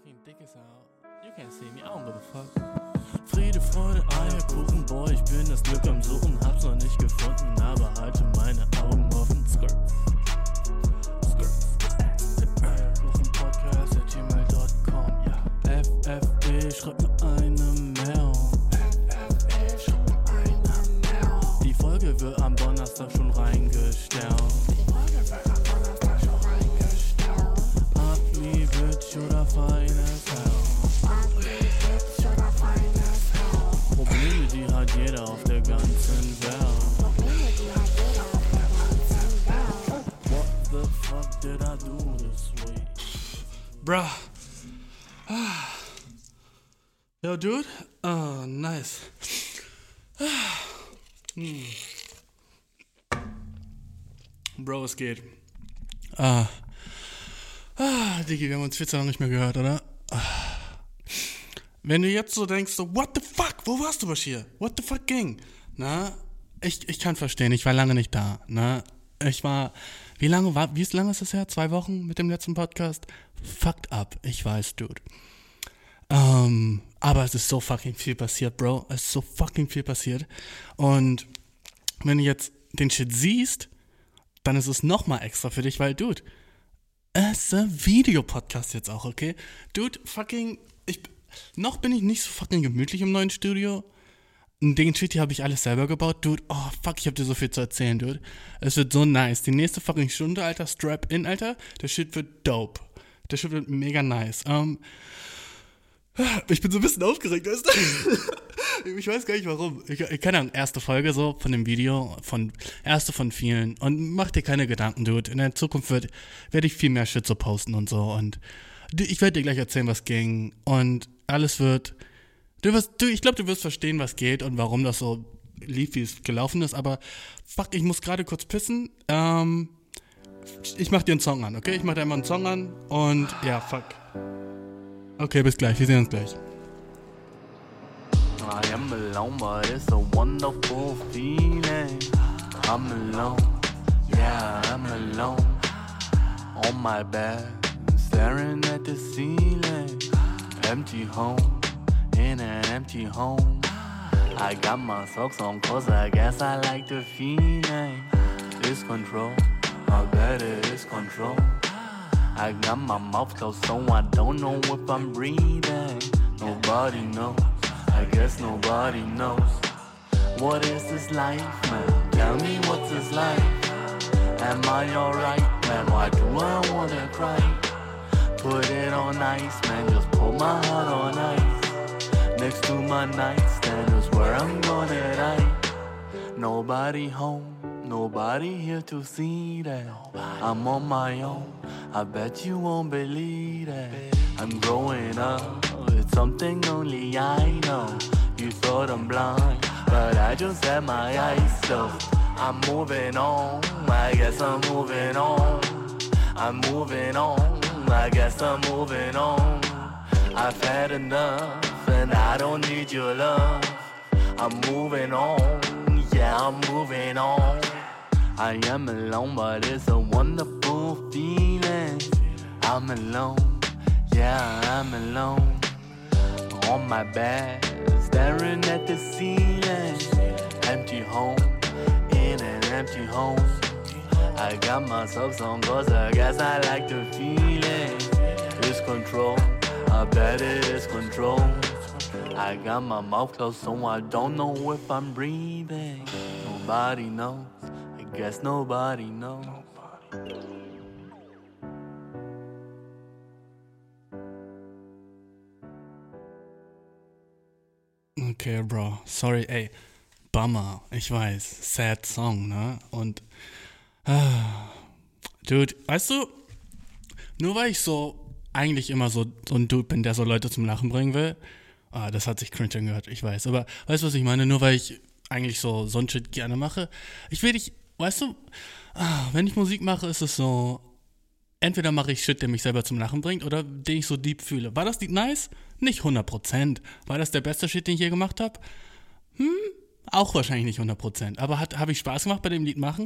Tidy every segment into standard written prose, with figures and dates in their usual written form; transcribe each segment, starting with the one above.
fucking dick as out. You can't see me, I don't give a fuck. Friede, Freude, Eierkuchen, boy, ich bin das Glück am Suchen, hab's noch nicht gefunden, aber halte meine Augen offen. Skirt. Eierkuchen-podcast@gmail.com, ja. FFB, schreib mir eine Mail. Die Folge wird am Donnerstag schon reingestellt. Ugly Bitch oder feines Hell. Probleme, die hat jeder auf der ganzen Welt. What the fuck did I do this week? Bruh. Yo, dude. Oh, nice. Bro, es geht. Digi, wir haben uns viel zu lange nicht mehr gehört, oder? Wenn du jetzt so denkst, so, what the fuck, wo warst du, Bashir? What the fuck ging? Na, ich kann verstehen, ich war lange nicht da, ne? Wie lange ist das her? 2 Wochen mit dem letzten Podcast? Fucked up, ich weiß, dude. Aber es ist so fucking viel passiert, Bro. Es ist so fucking viel passiert. Und wenn du jetzt den Shit siehst, dann ist es nochmal extra für dich, weil, dude, es ist ein Videopodcast jetzt auch, okay? Dude, noch bin ich nicht so fucking gemütlich im neuen Studio. Den Shit hier habe ich alles selber gebaut. Dude, oh fuck, ich habe dir so viel zu erzählen, dude. Es wird so nice. Die nächste fucking Stunde, Alter, strap in, Alter. Der Shit wird dope. Der Shit wird mega nice. Ich bin so ein bisschen aufgeregt, weißt du? Ich weiß gar nicht warum. Keine Ahnung, erste Folge so von dem Video, erste von vielen. Und mach dir keine Gedanken, dude. In der Zukunft werde ich viel mehr Shit so posten und so. Und ich werde dir gleich erzählen, was ging. Und alles wird... Ich glaube, du wirst verstehen, was geht und warum das so lief, wie es gelaufen ist. Aber fuck, ich muss gerade kurz pissen. Ich mach dir einen Song an, okay? Ich mach dir einmal einen Song an. Und ja, fuck. Okay, bis gleich. Wir sehen uns gleich. I am alone, but it's a wonderful feeling. I'm alone, yeah, I'm alone. On my bed, staring at the ceiling. Empty home, in an empty home. I got my socks on cause I guess I like the feeling. It's control, I bet it is control. I got my mouth closed so I don't know if I'm breathing. Nobody knows, I guess nobody knows. What is this life, man? Tell me what's this life? Am I alright, man? Why do I wanna cry? Put it on ice, man, just put my heart on ice. Next to my nightstand is where I'm gonna die. Nobody home, nobody here to see that. I'm on my own, I bet you won't believe that. I'm growing up, it's something only I know. You thought I'm blind, but I just had my eyes closed. I'm moving on, I guess I'm moving on. I'm moving on, I guess I'm moving on. I've had enough, and I don't need your love. I'm moving on, yeah, I'm moving on. I am alone, but it's a wonderful feeling. I'm alone, yeah, I'm alone. On my bed, staring at the ceiling. Empty home, in an empty home. I got my socks on cause I guess I like the feeling. It's control, I bet it is control. I got my mouth closed so I don't know if I'm breathing. Nobody knows, I guess nobody knows. Okay, Bro, sorry, ey, Bummer, ich weiß, sad Song, ne, und, dude, weißt du, nur weil ich so eigentlich immer so ein Dude bin, der so Leute zum Lachen bringen will, das hat sich cringe angehört, ich weiß, aber weißt du, was ich meine, nur weil ich eigentlich so ein Shit gerne mache, ich will dich, weißt du, wenn ich Musik mache, ist es so, entweder mache ich Shit, der mich selber zum Lachen bringt, oder den ich so deep fühle. War das Lied nice? Nicht 100%. War das der beste Shit, den ich je gemacht habe? Auch wahrscheinlich nicht 100%. Aber habe ich Spaß gemacht bei dem Lied machen?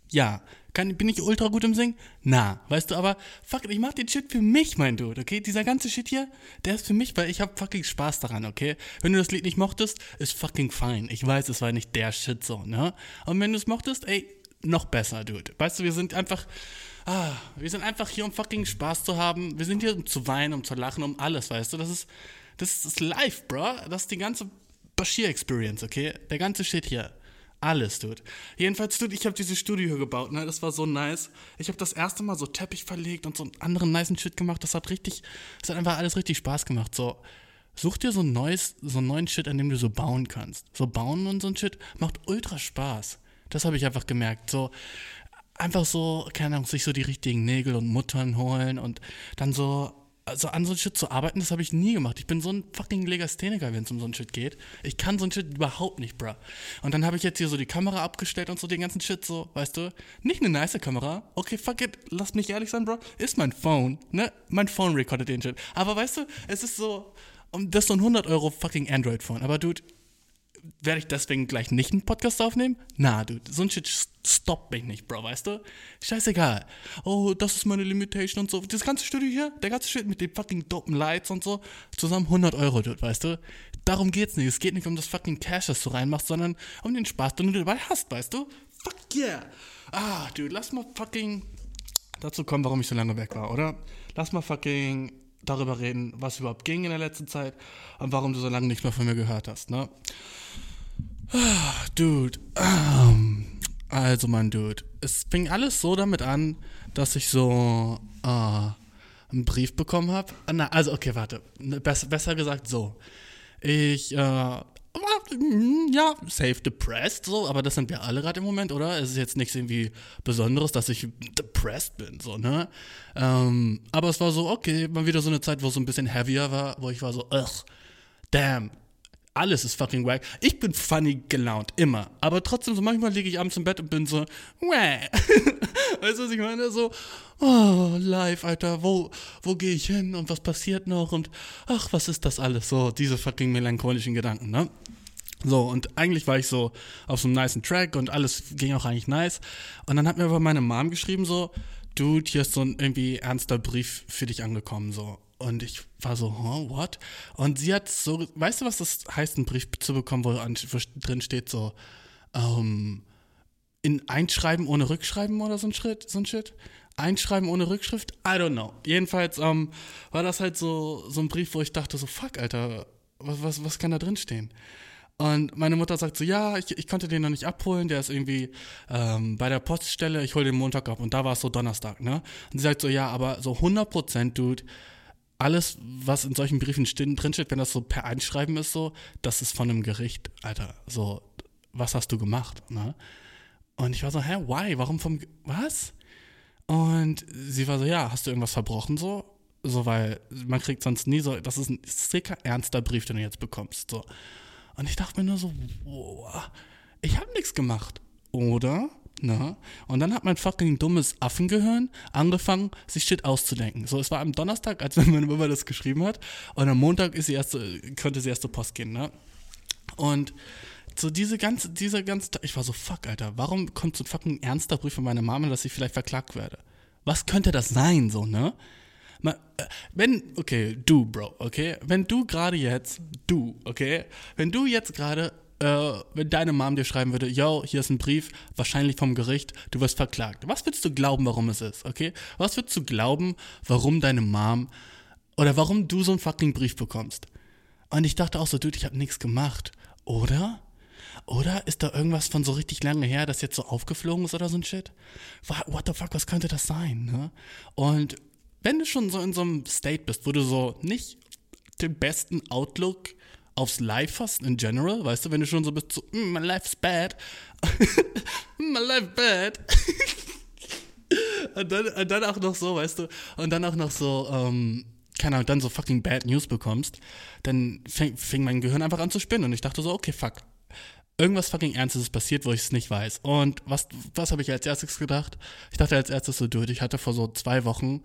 Ja. Bin ich ultra gut im Singen? Na, weißt du, aber fuck, ich mach den Shit für mich, mein Dude, okay? Dieser ganze Shit hier, der ist für mich, weil ich hab fucking Spaß daran, okay? Wenn du das Lied nicht mochtest, ist fucking fine. Ich weiß, es war nicht der Shit so, ne? Und wenn du es mochtest, ey, noch besser, Dude. Weißt du, wir sind einfach hier, um fucking Spaß zu haben. Wir sind hier, um zu weinen, um zu lachen, um alles, weißt du? Das ist live, bro. Das ist die ganze Bashir-Experience, okay? Der ganze Shit hier. Alles, Dude. Jedenfalls, Dude, ich habe dieses Studio hier gebaut, ne? Das war so nice. Ich habe das erste Mal so Teppich verlegt und so einen anderen nicen Shit gemacht. Das hat einfach alles richtig Spaß gemacht. So, such dir so einen neuen Shit, an dem du so bauen kannst. So bauen und so ein Shit macht ultra Spaß. Das habe ich einfach gemerkt. So, einfach so, keine Ahnung, sich so die richtigen Nägel und Muttern holen und dann so an so ein Shit zu arbeiten, das habe ich nie gemacht. Ich bin so ein fucking Legastheniker, wenn es um so ein Shit geht. Ich kann so ein Shit überhaupt nicht, bruh. Und dann habe ich jetzt hier so die Kamera abgestellt und so den ganzen Shit so, weißt du? Nicht eine nice Kamera. Okay, fuck it, lass mich ehrlich sein, bro. Ist mein Phone, ne? Mein Phone recordet den Shit. Aber weißt du, es ist so, das ist so ein 100 € fucking Android-Phone. Aber Dude, werde ich deswegen gleich nicht einen Podcast aufnehmen? Na, Dude, so ein Shit stoppt mich nicht, Bro, weißt du? Scheißegal. Oh, das ist meine Limitation und so. Das ganze Studio hier, der ganze Shit mit den fucking dopen Lights und so, zusammen 100 €, Dude, weißt du? Darum geht's nicht. Es geht nicht um das fucking Cash, das du reinmachst, sondern um den Spaß, den du dabei hast, weißt du? Fuck yeah. Dude, lass mal fucking dazu kommen, warum ich so lange weg war, oder? Lass mal fucking darüber reden, was überhaupt ging in der letzten Zeit und warum du so lange nichts mehr von mir gehört hast, ne? Dude, also mein Dude, es fing alles so damit an, dass ich so einen Brief bekommen habe. Also okay, warte, besser gesagt so. Ich ja, safe depressed, so, aber das sind wir alle gerade im Moment, oder? Es ist jetzt nichts irgendwie Besonderes, dass ich depressed bin, so, ne? Aber es war so, okay, mal wieder so eine Zeit, wo es so ein bisschen heavier war, wo ich war so, damn, alles ist fucking wack. Ich bin funny gelaunt, immer. Aber trotzdem, so manchmal liege ich abends im Bett und bin so, Weißt du, was ich meine? So, oh, live, Alter, wo gehe ich hin und was passiert noch und ach, was ist das alles? So, diese fucking melancholischen Gedanken, ne? So, und eigentlich war ich so auf so einem nicen Track und alles ging auch eigentlich nice. Und dann hat mir aber meine Mom geschrieben so, Dude, hier ist so ein irgendwie ernster Brief für dich angekommen, so. Und ich war so, what? Und sie hat so, weißt du, was das heißt, einen Brief zu bekommen, wo drin steht so, in Einschreiben ohne Rückschreiben oder so ein Shit? Einschreiben ohne Rückschrift? I don't know. Jedenfalls war das halt so ein Brief, wo ich dachte so, fuck, Alter, was kann da drin stehen? Und meine Mutter sagt so, ja, ich konnte den noch nicht abholen, der ist irgendwie bei der Poststelle, ich hole den Montag ab und da war es so Donnerstag, ne? Und sie sagt so, ja, aber so 100%, Dude, alles, was in solchen Briefen drinsteht, wenn das so per Einschreiben ist, so, das ist von einem Gericht, Alter, so, was hast du gemacht, ne? Und ich war so, why, warum was? Und sie war so, ja, hast du irgendwas verbrochen, so, weil man kriegt sonst nie so, das ist ein sicker, ernster Brief, den du jetzt bekommst, so. Und ich dachte mir nur so, wow, ich habe nichts gemacht, oder? Na? Und dann hat mein fucking dummes Affengehirn angefangen, sich Shit auszudenken. So, es war am Donnerstag, als meine Mama das geschrieben hat, und am Montag konnte sie erst zur Post gehen, ne? Und so dieser ganze Tag, ich war so, fuck, Alter, warum kommt so ein fucking ernster Brief von meiner Mama, dass ich vielleicht verklagt werde? Was könnte das sein, so, ne? Du, Bro, okay? Wenn du jetzt gerade, wenn deine Mom dir schreiben würde, yo, hier ist ein Brief, wahrscheinlich vom Gericht, du wirst verklagt. Was würdest du glauben, warum es ist, okay? Was würdest du glauben, warum deine Mom oder warum du so einen fucking Brief bekommst? Und ich dachte auch so, Dude, ich habe nichts gemacht, oder? Oder ist da irgendwas von so richtig lange her, das jetzt so aufgeflogen ist oder so ein Shit? What the fuck, was könnte das sein, ne? Und wenn du schon so in so einem State bist, wo du so nicht den besten Outlook aufs Life hast in general, weißt du, wenn du schon so bist, so, my life's bad, my life bad, und dann auch noch so, weißt du, und dann auch noch so, keine Ahnung, dann so fucking bad News bekommst, dann fing mein Gehirn einfach an zu spinnen und ich dachte so, okay, fuck, irgendwas fucking Ernstes ist passiert, wo ich es nicht weiß. Und was habe ich als erstes gedacht? Ich dachte als erstes so, Dude, ich hatte vor so 2 Wochen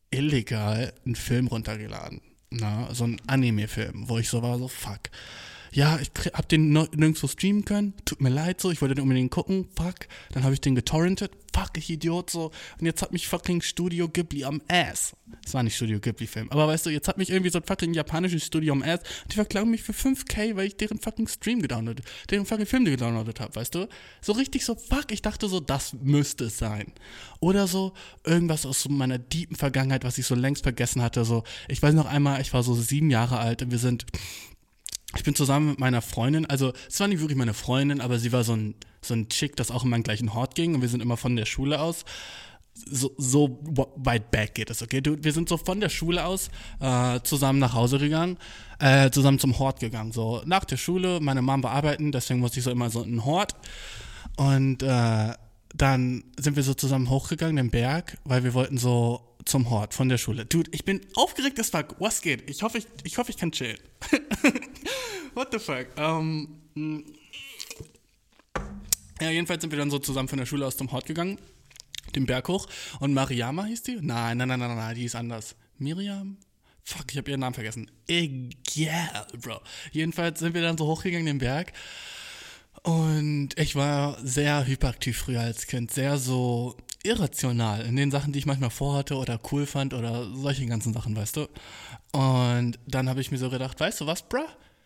illegal einen Film runtergeladen. Na, so ein Anime-Film, wo ich so war, so fuck. ja, ich hab den nirgendwo streamen können, tut mir leid so, ich wollte den unbedingt gucken, fuck, dann habe ich den getorrentet, fuck, ich Idiot so, und jetzt hat mich fucking Studio Ghibli am Ass. Das war nicht Studio Ghibli-Film, aber weißt du, jetzt hat mich irgendwie so ein fucking japanisches Studio am Ass, und die verklagen mich für 5K, weil ich deren fucking Film gedownloadet habe, weißt du? So richtig so, fuck, ich dachte so, das müsste es sein. Oder so, irgendwas aus so meiner deepen Vergangenheit, was ich so längst vergessen hatte, so, ich weiß noch einmal, ich war so 7 Jahre alt und ich bin zusammen mit meiner Freundin, also es war nicht wirklich meine Freundin, aber sie war so ein Chick, das auch in meinen gleichen Hort ging und wir sind immer von der Schule aus, so weit back geht es, okay? Wir sind so von der Schule aus zusammen nach Hause gegangen, zusammen zum Hort gegangen, so nach der Schule, meine Mom war arbeiten, deswegen musste ich so immer so in den Hort und dann sind wir so zusammen hochgegangen, den Berg, weil wir wollten so zum Hort von der Schule. Dude, ich bin aufgeregt as fuck. Was geht? Ich hoffe, ich kann chillen. What the fuck? Ja, jedenfalls sind wir dann so zusammen von der Schule aus zum Hort gegangen, den Berg hoch. Und Mariama hieß die? Nein, die ist anders. Miriam? Fuck, ich habe ihren Namen vergessen. Egal, Bro. Jedenfalls sind wir dann so hochgegangen, den Berg. Und ich war sehr hyperaktiv früher als Kind, sehr so irrational in den Sachen, die ich manchmal vorhatte oder cool fand oder solche ganzen Sachen, weißt du. Und dann habe ich mir so gedacht, weißt du was, bruh?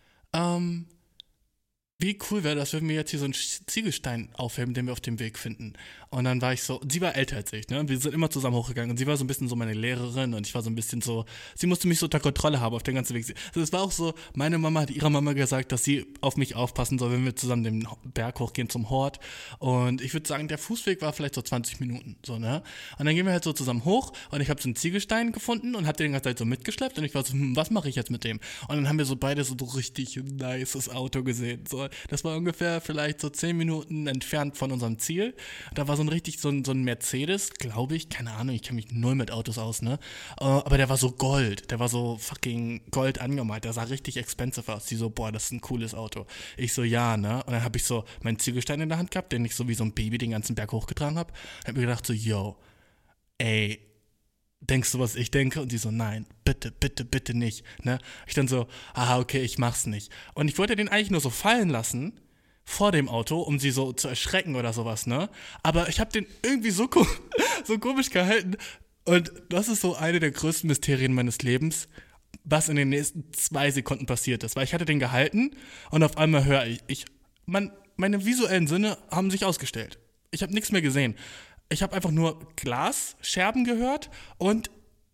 Wie cool wäre das, wenn wir jetzt hier so einen Ziegelstein aufheben, den wir auf dem Weg finden. Und dann war ich so, sie war älter als ich, ne? Wir sind immer zusammen hochgegangen und sie war so ein bisschen so meine Lehrerin und ich war so ein bisschen so, sie musste mich so unter Kontrolle haben auf den ganzen Weg. Also es war auch so, meine Mama hat ihrer Mama gesagt, dass sie auf mich aufpassen soll, wenn wir zusammen den Berg hochgehen zum Hort. Und ich würde sagen, der Fußweg war vielleicht so 20 Minuten, so, ne? Und dann gehen wir halt so zusammen hoch und ich habe so einen Ziegelstein gefunden und habe den die ganze Zeit so mitgeschleppt und ich war so, was mache ich jetzt mit dem? Und dann haben wir so beide so richtig nices Auto gesehen, so. Das war ungefähr vielleicht so 10 Minuten entfernt von unserem Ziel. Da war so ein Mercedes, glaube ich, keine Ahnung, ich kenne mich null mit Autos aus, ne? Aber der war so Gold, der war so fucking Gold angemalt, der sah richtig expensive aus. Die so, boah, das ist ein cooles Auto. Ich so, ja, ne? Und dann habe ich so meinen Ziegelstein in der Hand gehabt, den ich so wie so ein Baby den ganzen Berg hochgetragen habe. Und habe mir gedacht so, yo, ey, denkst du, was ich denke? Und die so, nein, bitte, bitte, bitte nicht. Ne? Ich dann so, okay, ich mach's nicht. Und ich wollte den eigentlich nur so fallen lassen vor dem Auto, um sie so zu erschrecken oder sowas, ne? Aber ich habe den irgendwie so komisch gehalten. Und das ist so eine der größten Mysterien meines Lebens, was in den nächsten 2 Sekunden passiert ist. Weil ich hatte den gehalten und auf einmal höre meine visuellen Sinne haben sich ausgestellt. Ich habe nichts mehr gesehen. Ich habe einfach nur Glasscherben gehört und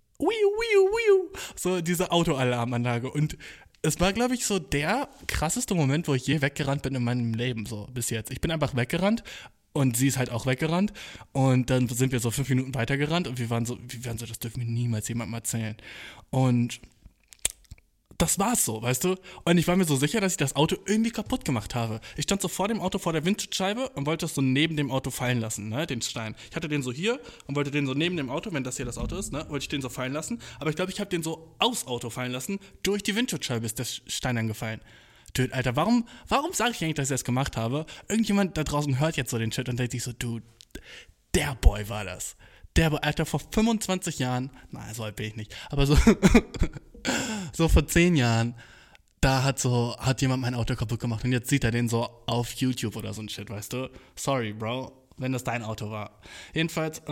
so diese Autoalarmanlage. Und es war, glaube ich, so der krasseste Moment, wo ich je weggerannt bin in meinem Leben, so bis jetzt. Ich bin einfach weggerannt und sie ist halt auch weggerannt. Und dann sind wir so 5 Minuten weitergerannt und wir waren so, das dürfen wir niemals jemandem erzählen. Und das war's so, weißt du? Und ich war mir so sicher, dass ich das Auto irgendwie kaputt gemacht habe. Ich stand so vor dem Auto, vor der Windschutzscheibe und wollte das so neben dem Auto fallen lassen, ne, den Stein. Ich hatte den so hier und wollte den so neben dem Auto, wenn das hier das Auto ist, ne, wollte ich den so fallen lassen. Aber ich glaube, ich habe den so aufs Auto fallen lassen, durch die Windschutzscheibe ist der Stein dann gefallen. Dude, Alter, warum sage ich eigentlich, dass ich das gemacht habe? Irgendjemand da draußen hört jetzt so den Shit und denkt sich so, dude, der Boy war das. Der Boy, Alter, vor 25 Jahren, nein, so alt bin ich nicht, aber so... So vor 10 Jahren, da hat jemand mein Auto kaputt gemacht und jetzt sieht er den so auf YouTube oder so ein Shit, weißt du? Sorry, Bro, wenn das dein Auto war. Jedenfalls,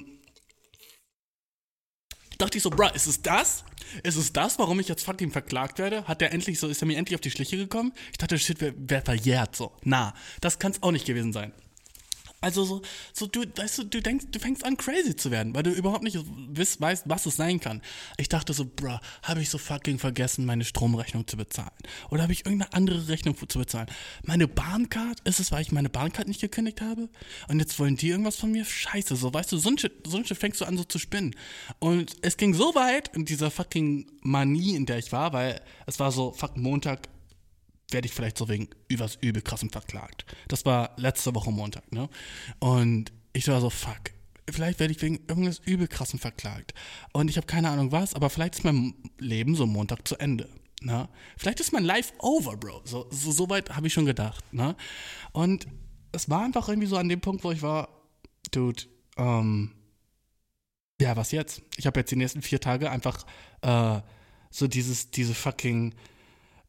dachte ich so, Bro, ist es das? Ist es das, warum ich jetzt fucking verklagt werde? Ist er mir endlich auf die Schliche gekommen? Ich dachte, Shit wäre verjährt, so. Na, das kann es auch nicht gewesen sein. Also du fängst an crazy zu werden, weil du überhaupt nicht weißt, was es sein kann. Ich dachte so, bruh, habe ich so fucking vergessen, meine Stromrechnung zu bezahlen? Oder habe ich irgendeine andere Rechnung zu bezahlen? Meine Bahncard? Ist es, weil ich meine Bahncard nicht gekündigt habe? Und jetzt wollen die irgendwas von mir? Scheiße, so, weißt du, so ein Shit fängst du an so zu spinnen. Und es ging so weit in dieser fucking Manie, in der ich war, weil es war so, fuck, Montag, werde ich vielleicht so wegen übel krassem verklagt. Das war letzte Woche Montag, ne? Und ich war so, fuck, vielleicht werde ich wegen irgendwas übel krassem verklagt. Und ich habe keine Ahnung was, aber vielleicht ist mein Leben so Montag zu Ende, ne? Vielleicht ist mein Life over, Bro. So weit habe ich schon gedacht, ne? Und es war einfach irgendwie so an dem Punkt, wo ich war, dude, ja, was jetzt? Ich habe jetzt die nächsten 4 Tage einfach so diese fucking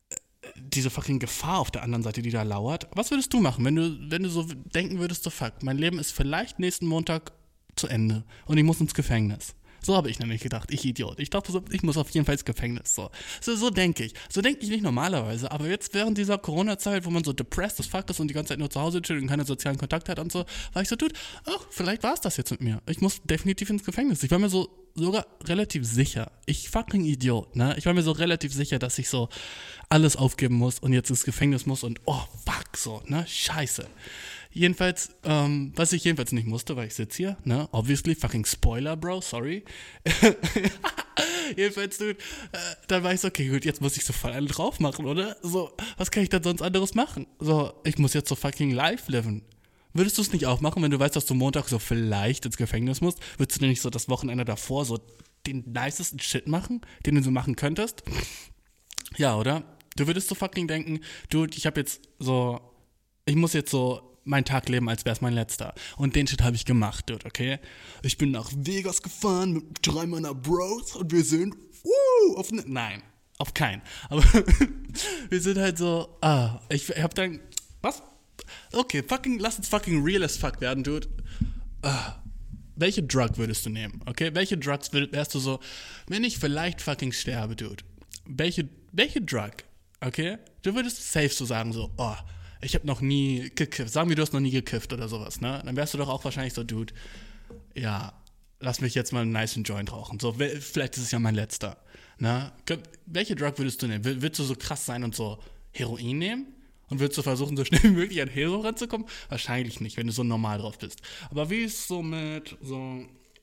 diese fucking Gefahr auf der anderen Seite, die da lauert. Was würdest du machen, wenn du so denken würdest, so fuck, mein Leben ist vielleicht nächsten Montag zu Ende und ich muss ins Gefängnis. So habe ich nämlich gedacht, ich Idiot. Ich dachte so, ich muss auf jeden Fall ins Gefängnis. So denke ich. So denke ich nicht normalerweise, aber jetzt während dieser Corona-Zeit, wo man so depressed as fuck ist und die ganze Zeit nur zu Hause chillt und keine sozialen Kontakte hat und so, war ich so, dude, vielleicht war es das jetzt mit mir. Ich muss definitiv ins Gefängnis. Ich war mir sogar relativ sicher. Ich fucking Idiot, ne? Ich war mir so relativ sicher, dass ich so alles aufgeben muss und jetzt ins Gefängnis muss und fuck, so, ne? Scheiße. Jedenfalls, was ich jedenfalls nicht musste, weil ich sitze hier, ne? Obviously, fucking Spoiler, Bro, sorry. Jedenfalls, dude, dann war ich so, okay, gut, jetzt muss ich so voll einen drauf machen, oder? So, was kann ich dann sonst anderes machen? So, ich muss jetzt so fucking live liven. Würdest du es nicht auch machen, wenn du weißt, dass du Montag so vielleicht ins Gefängnis musst? Würdest du denn nicht so das Wochenende davor so den nicesten Shit machen, den du so machen könntest? Ja, oder? Du würdest so fucking denken, dude, ich muss jetzt so meinen Tag leben, als wäre es mein letzter. Und den Shit habe ich gemacht, dude, okay? Ich bin nach Vegas gefahren mit 3 meiner Bros und wir sind, nein, auf keinen. Aber wir sind halt so, ich hab dann, was? Okay, lass uns fucking real as fuck werden, dude. Welche Drug würdest du nehmen, okay? Welche Drugs wärst du so, wenn ich vielleicht fucking sterbe, dude? Welche Drug, okay? Du würdest safe so sagen, so, ich habe noch nie gekifft. Sagen wir, du hast noch nie gekifft oder sowas, ne? Dann wärst du doch auch wahrscheinlich so, dude, ja, lass mich jetzt mal einen nicen Joint rauchen. So, vielleicht ist es ja mein letzter, ne? Welche Drug würdest du nehmen? Willst du so krass sein und so Heroin nehmen? Und würdest du versuchen, so schnell wie möglich an Hero ranzukommen? Wahrscheinlich nicht, wenn du so normal drauf bist. Aber wie ist es so mit so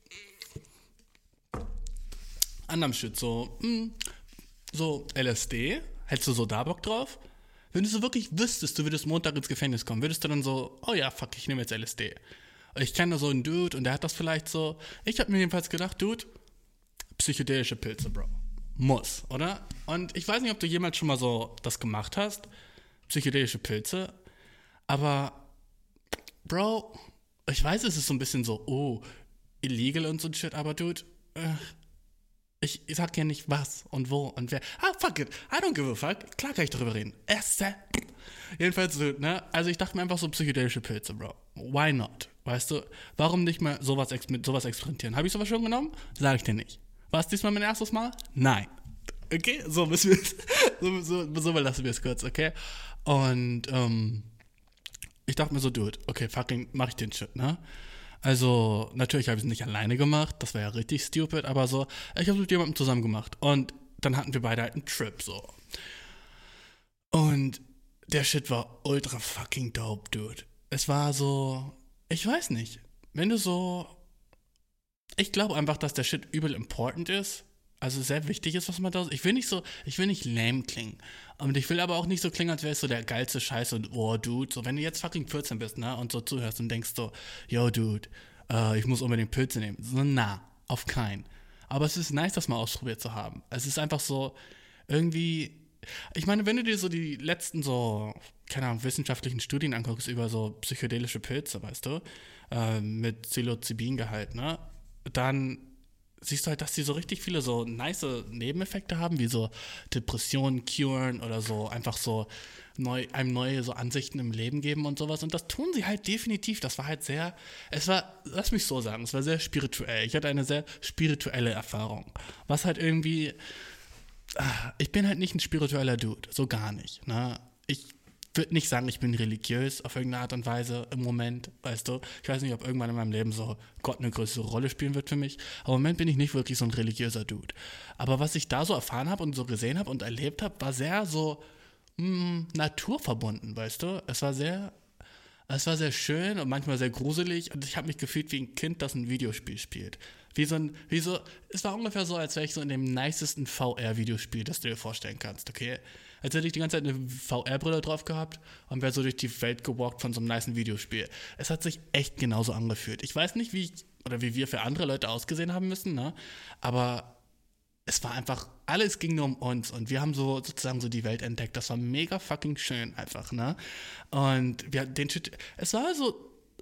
anderem Shit, so LSD? Hättest du so da Bock drauf? Wenn du so wirklich wüsstest, du würdest Montag ins Gefängnis kommen, würdest du dann so, oh ja, fuck, ich nehme jetzt LSD. Ich kenne so einen Dude und der hat das vielleicht so. Ich habe mir jedenfalls gedacht, Dude, psychedelische Pilze, Bro. Muss, oder? Und ich weiß nicht, ob du jemals schon mal so das gemacht hast, psychedelische Pilze, aber, Bro, ich weiß, es ist so ein bisschen so, illegal und so ein Shit, aber Dude, ich sag ja nicht was und wo und wer. Fuck it. I don't give a fuck. Klar kann ich darüber reden. Jedenfalls, ne? Also ich dachte mir einfach so psychedelische Pilze, Bro. Why not? Weißt du? Warum nicht mal mit sowas experimentieren? Habe ich sowas schon genommen? Sag ich dir nicht. War es diesmal mein erstes Mal? Nein. Okay? So müssen wir es. So lassen wir es kurz, okay? Und, ich dachte mir so, dude, okay, fucking mach ich den Shit, ne? Also, natürlich habe ich es nicht alleine gemacht, das wäre ja richtig stupid, aber so, ich habe es mit jemandem zusammen gemacht und dann hatten wir beide halt einen Trip, so. Und der Shit war ultra fucking dope, dude. Es war so, ich weiß nicht, ich glaube einfach, dass der Shit übel important ist, also sehr wichtig ist, was man da, ich will nicht lame klingen. Und ich will aber auch nicht so klingen, als wäre es so der geilste Scheiß und, Dude, so wenn du jetzt fucking 14 bist, ne, und so zuhörst und denkst so, yo, Dude, ich muss unbedingt Pilze nehmen. So, auf keinen. Aber es ist nice, das mal ausprobiert zu haben. Es ist einfach so, irgendwie, ich meine, wenn du dir so die letzten so, keine Ahnung, wissenschaftlichen Studien anguckst über so psychedelische Pilze, weißt du, mit Psilocybin-Gehalt, ne, dann siehst du halt, dass die so richtig viele so nice Nebeneffekte haben, wie so Depressionen curen oder so einfach so einem neue so Ansichten im Leben geben und sowas. Und das tun sie halt definitiv. Das war halt lass mich so sagen, es war sehr spirituell. Ich hatte eine sehr spirituelle Erfahrung. Was halt irgendwie, ich bin halt nicht ein spiritueller Dude, so gar nicht. Ne? Ich würde nicht sagen, ich bin religiös auf irgendeine Art und Weise im Moment, weißt du. Ich weiß nicht, ob irgendwann in meinem Leben so Gott eine größere Rolle spielen wird für mich. Aber im Moment bin ich nicht wirklich so ein religiöser Dude. Aber was ich da so erfahren habe und so gesehen habe und erlebt habe, war sehr so naturverbunden, weißt du. Es war sehr schön und manchmal sehr gruselig und ich habe mich gefühlt wie ein Kind, das ein Videospiel spielt. Es war ungefähr so, als wäre ich so in dem nicesten VR-Videospiel, das du dir vorstellen kannst, okay? Als hätte ich die ganze Zeit eine VR-Brille drauf gehabt und wäre so durch die Welt gewalkt von so einem nicen Videospiel. Es hat sich echt genauso angefühlt. Ich weiß nicht, wie wir für andere Leute ausgesehen haben müssen, ne? Aber es war einfach, alles ging nur um uns und wir haben so sozusagen so die Welt entdeckt. Das war mega fucking schön einfach, ne? Und es war so,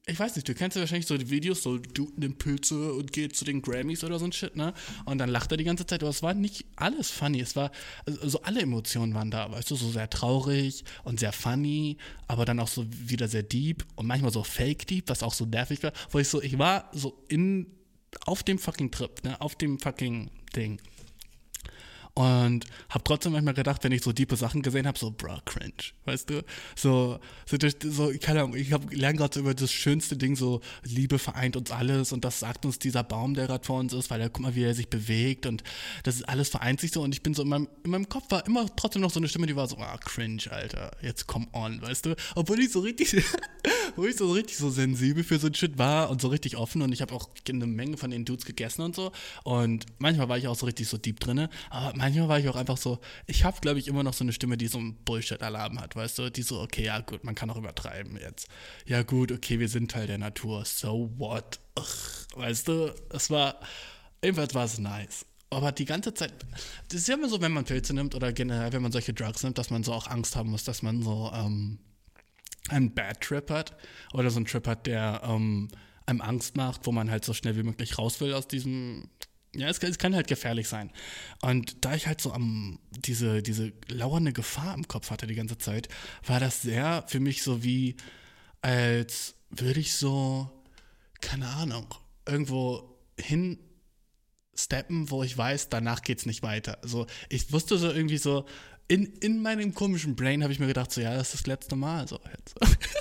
ich weiß nicht, du kennst ja wahrscheinlich so die Videos, so du nimmt Pilze und geht zu den Grammys oder so ein Shit, ne? Und dann lacht er die ganze Zeit, aber es war nicht alles funny, es war, also alle Emotionen waren da, weißt du, so sehr traurig und sehr funny, aber dann auch so wieder sehr deep und manchmal so fake deep, was auch so nervig war, wo ich war so auf dem fucking Trip, ne, auf dem fucking Ding. Und hab trotzdem manchmal gedacht, wenn ich so diepe Sachen gesehen habe, so, bro, cringe, weißt du? So keine Ahnung, ich lerne gerade so über das schönste Ding, so, Liebe vereint uns alles und das sagt uns dieser Baum, der gerade vor uns ist, weil guck mal, wie er sich bewegt und das ist alles vereint sich so und ich bin so, in meinem Kopf war immer trotzdem noch so eine Stimme, die war so, cringe, Alter, jetzt come on, weißt du? Obwohl ich so richtig so sensibel für so ein Shit war und so richtig offen und ich habe auch eine Menge von den Dudes gegessen und so und manchmal war ich auch so richtig so deep drinne, aber manchmal war ich auch einfach so, ich habe, glaube ich, immer noch so eine Stimme, die so einen Bullshit-Alarm hat, weißt du, die so, okay, ja gut, man kann auch übertreiben jetzt. Ja gut, okay, wir sind Teil der Natur, so what? Weißt du, jedenfalls war es nice. Aber die ganze Zeit, das ist ja immer so, wenn man Pilze nimmt oder generell, wenn man solche Drugs nimmt, dass man so auch Angst haben muss, dass man so einen Bad Trip hat oder so einen Trip hat, der einem Angst macht, wo man halt so schnell wie möglich raus will aus diesem. Ja, es kann halt gefährlich sein. Und da ich halt so diese lauernde Gefahr im Kopf hatte die ganze Zeit, war das sehr für mich so wie, als würde ich so, keine Ahnung, irgendwo hinsteppen, wo ich weiß, danach geht's nicht weiter. Also ich wusste so irgendwie so, in meinem komischen Brain habe ich mir gedacht, so ja, das ist das letzte Mal, so jetzt.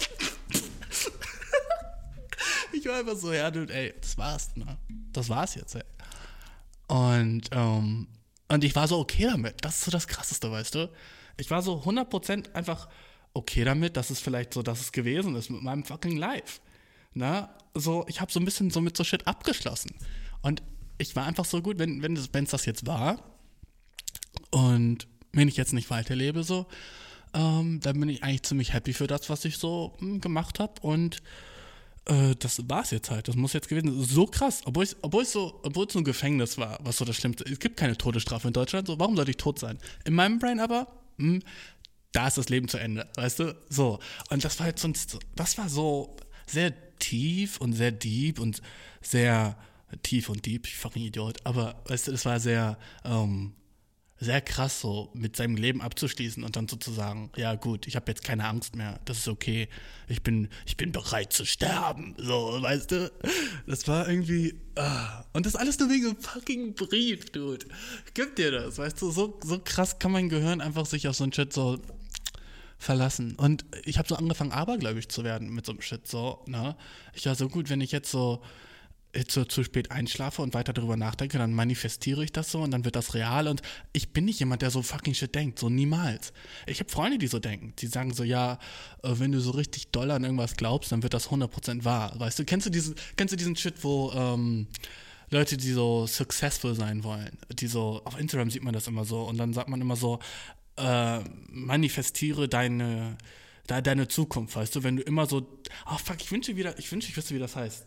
Ich war einfach so, ja, dude, ey, das war's, ne? Das war's jetzt, ey. Und ich war so okay damit. Das ist so das Krasseste, weißt du? Ich war so 100% einfach okay damit, dass es vielleicht so, dass es gewesen ist mit meinem fucking Life. Na, so, ich habe so ein bisschen so mit so Shit abgeschlossen. Und ich war einfach so gut, wenn es das jetzt war und wenn ich jetzt nicht weiterlebe, so, dann bin ich eigentlich ziemlich happy für das, was ich so gemacht habe und das war's jetzt halt. Das muss jetzt gewesen sein. So krass. Obwohl es so ein Gefängnis war, was so das Schlimmste. Es gibt keine Todesstrafe in Deutschland. So, warum sollte ich tot sein? In meinem Brain aber, da ist das Leben zu Ende. Weißt du? So. Und das war halt das war so sehr tief und sehr deep und sehr tief und deep. Ich fucking Idiot. Aber, weißt du, das war sehr, sehr krass, so mit seinem Leben abzuschließen und dann sozusagen, ja gut, ich habe jetzt keine Angst mehr, das ist okay, ich bin bereit zu sterben, so, weißt du, das war irgendwie, und das alles nur wegen einem fucking Brief, dude, gib dir das, weißt du, so krass kann mein Gehirn einfach sich auf so einen Shit so verlassen und ich habe so angefangen, abergläubig zu werden mit so einem Shit, so, ne, ich war so gut, wenn ich jetzt so zu spät einschlafe und weiter darüber nachdenke, dann manifestiere ich das so und dann wird das real und ich bin nicht jemand, der so fucking shit denkt, so niemals. Ich habe Freunde, die so denken, die sagen so, ja, wenn du so richtig doll an irgendwas glaubst, dann wird das 100% wahr, weißt du, kennst du diesen Shit, wo Leute, die so successful sein wollen, die so, auf Instagram sieht man das immer so und dann sagt man immer so, manifestiere deine Zukunft, weißt du, wenn du immer so, ich wünsche, ich wüsste, wie das heißt,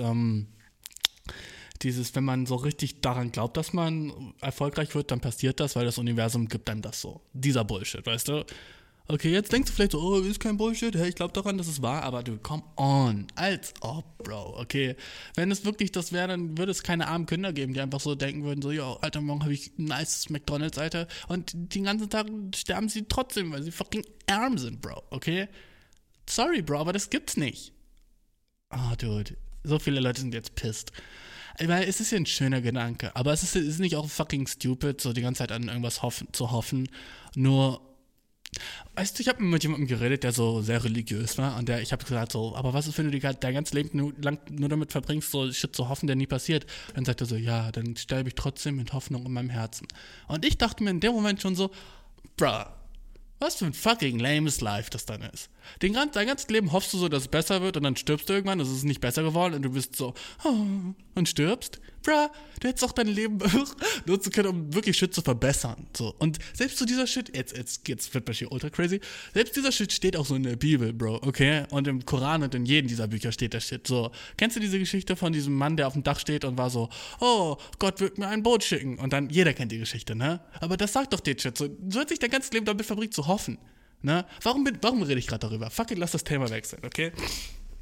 wenn man so richtig daran glaubt, dass man erfolgreich wird, dann passiert das, weil das Universum gibt einem das so. Dieser Bullshit, weißt du? Okay, jetzt denkst du vielleicht so, oh, ist kein Bullshit, hey, ich glaube daran, dass es wahr, aber du, come on, als ob, Bro, okay? Wenn es wirklich das wäre, dann würde es keine armen Kinder geben, die einfach so denken würden, so, ja, Alter, morgen habe ich ein nice McDonald's, Alter, und den ganzen Tag sterben sie trotzdem, weil sie fucking arm sind, Bro, okay? Sorry, Bro, aber das gibt's nicht. Dude, so viele Leute sind jetzt pissed. Weil es ist ja ein schöner Gedanke, aber es ist nicht auch fucking stupid, so die ganze Zeit an irgendwas zu hoffen. Nur, weißt du, ich habe mit jemandem geredet, der so sehr religiös war und ich habe gesagt so, aber was ist, wenn du dein ganzes Leben lang nur damit verbringst, so Shit zu hoffen, der nie passiert? Dann sagt er so, ja, dann sterbe ich trotzdem mit Hoffnung in meinem Herzen. Und ich dachte mir in dem Moment schon so, bruh, was für ein fucking lames Life das dann ist. Dein ganzes Leben hoffst du so, dass es besser wird und dann stirbst du irgendwann, es ist nicht besser geworden und du bist so, und stirbst. Bruh, du hättest auch dein Leben nutzen können, um wirklich Shit zu verbessern. So. Und selbst so dieser Shit, jetzt wird man hier ultra crazy, selbst dieser Shit steht auch so in der Bibel, Bro, okay? Und im Koran und in jedem dieser Bücher steht der Shit. So, kennst du diese Geschichte von diesem Mann, der auf dem Dach steht und war so, oh, Gott wird mir ein Boot schicken. Und dann, jeder kennt die Geschichte, ne? Aber das sagt doch den Shit. So, du hast sich dein ganzes Leben damit verbringt zu hoffen. Ne? Warum rede ich gerade darüber? Fuck it, lass das Thema wechseln, okay?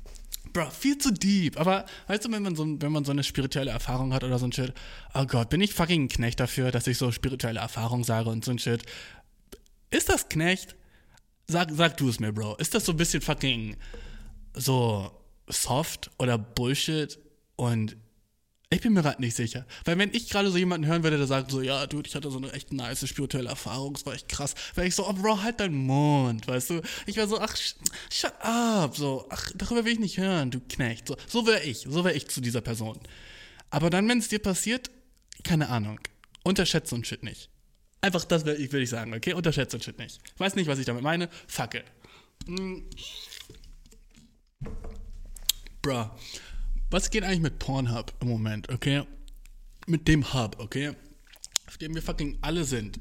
Bro, viel zu deep. Aber weißt du, wenn man so eine spirituelle Erfahrung hat oder so ein Shit, oh Gott, bin ich fucking ein Knecht dafür, dass ich so spirituelle Erfahrung sage und so ein Shit. Ist das Knecht? Sag du es mir, Bro. Ist das so ein bisschen fucking so soft oder Bullshit? Und ich bin mir gerade nicht sicher. Weil wenn ich gerade so jemanden hören würde, der sagt so, ja, Dude, ich hatte so eine echt nice spirituelle Erfahrung, das war echt krass. Wäre ich so, oh Bro, halt deinen Mund, weißt du? Ich wäre so, ach, shut up, so, ach, darüber will ich nicht hören, du Knecht. So wäre ich zu dieser Person. Aber dann, wenn es dir passiert, keine Ahnung, unterschätze und Shit nicht. Einfach das will ich sagen, okay? Unterschätze und Shit nicht. Ich weiß nicht, was ich damit meine, fuck it. Bruh. Was geht eigentlich mit Pornhub im Moment, okay? Mit dem Hub, okay? Auf dem wir fucking alle sind.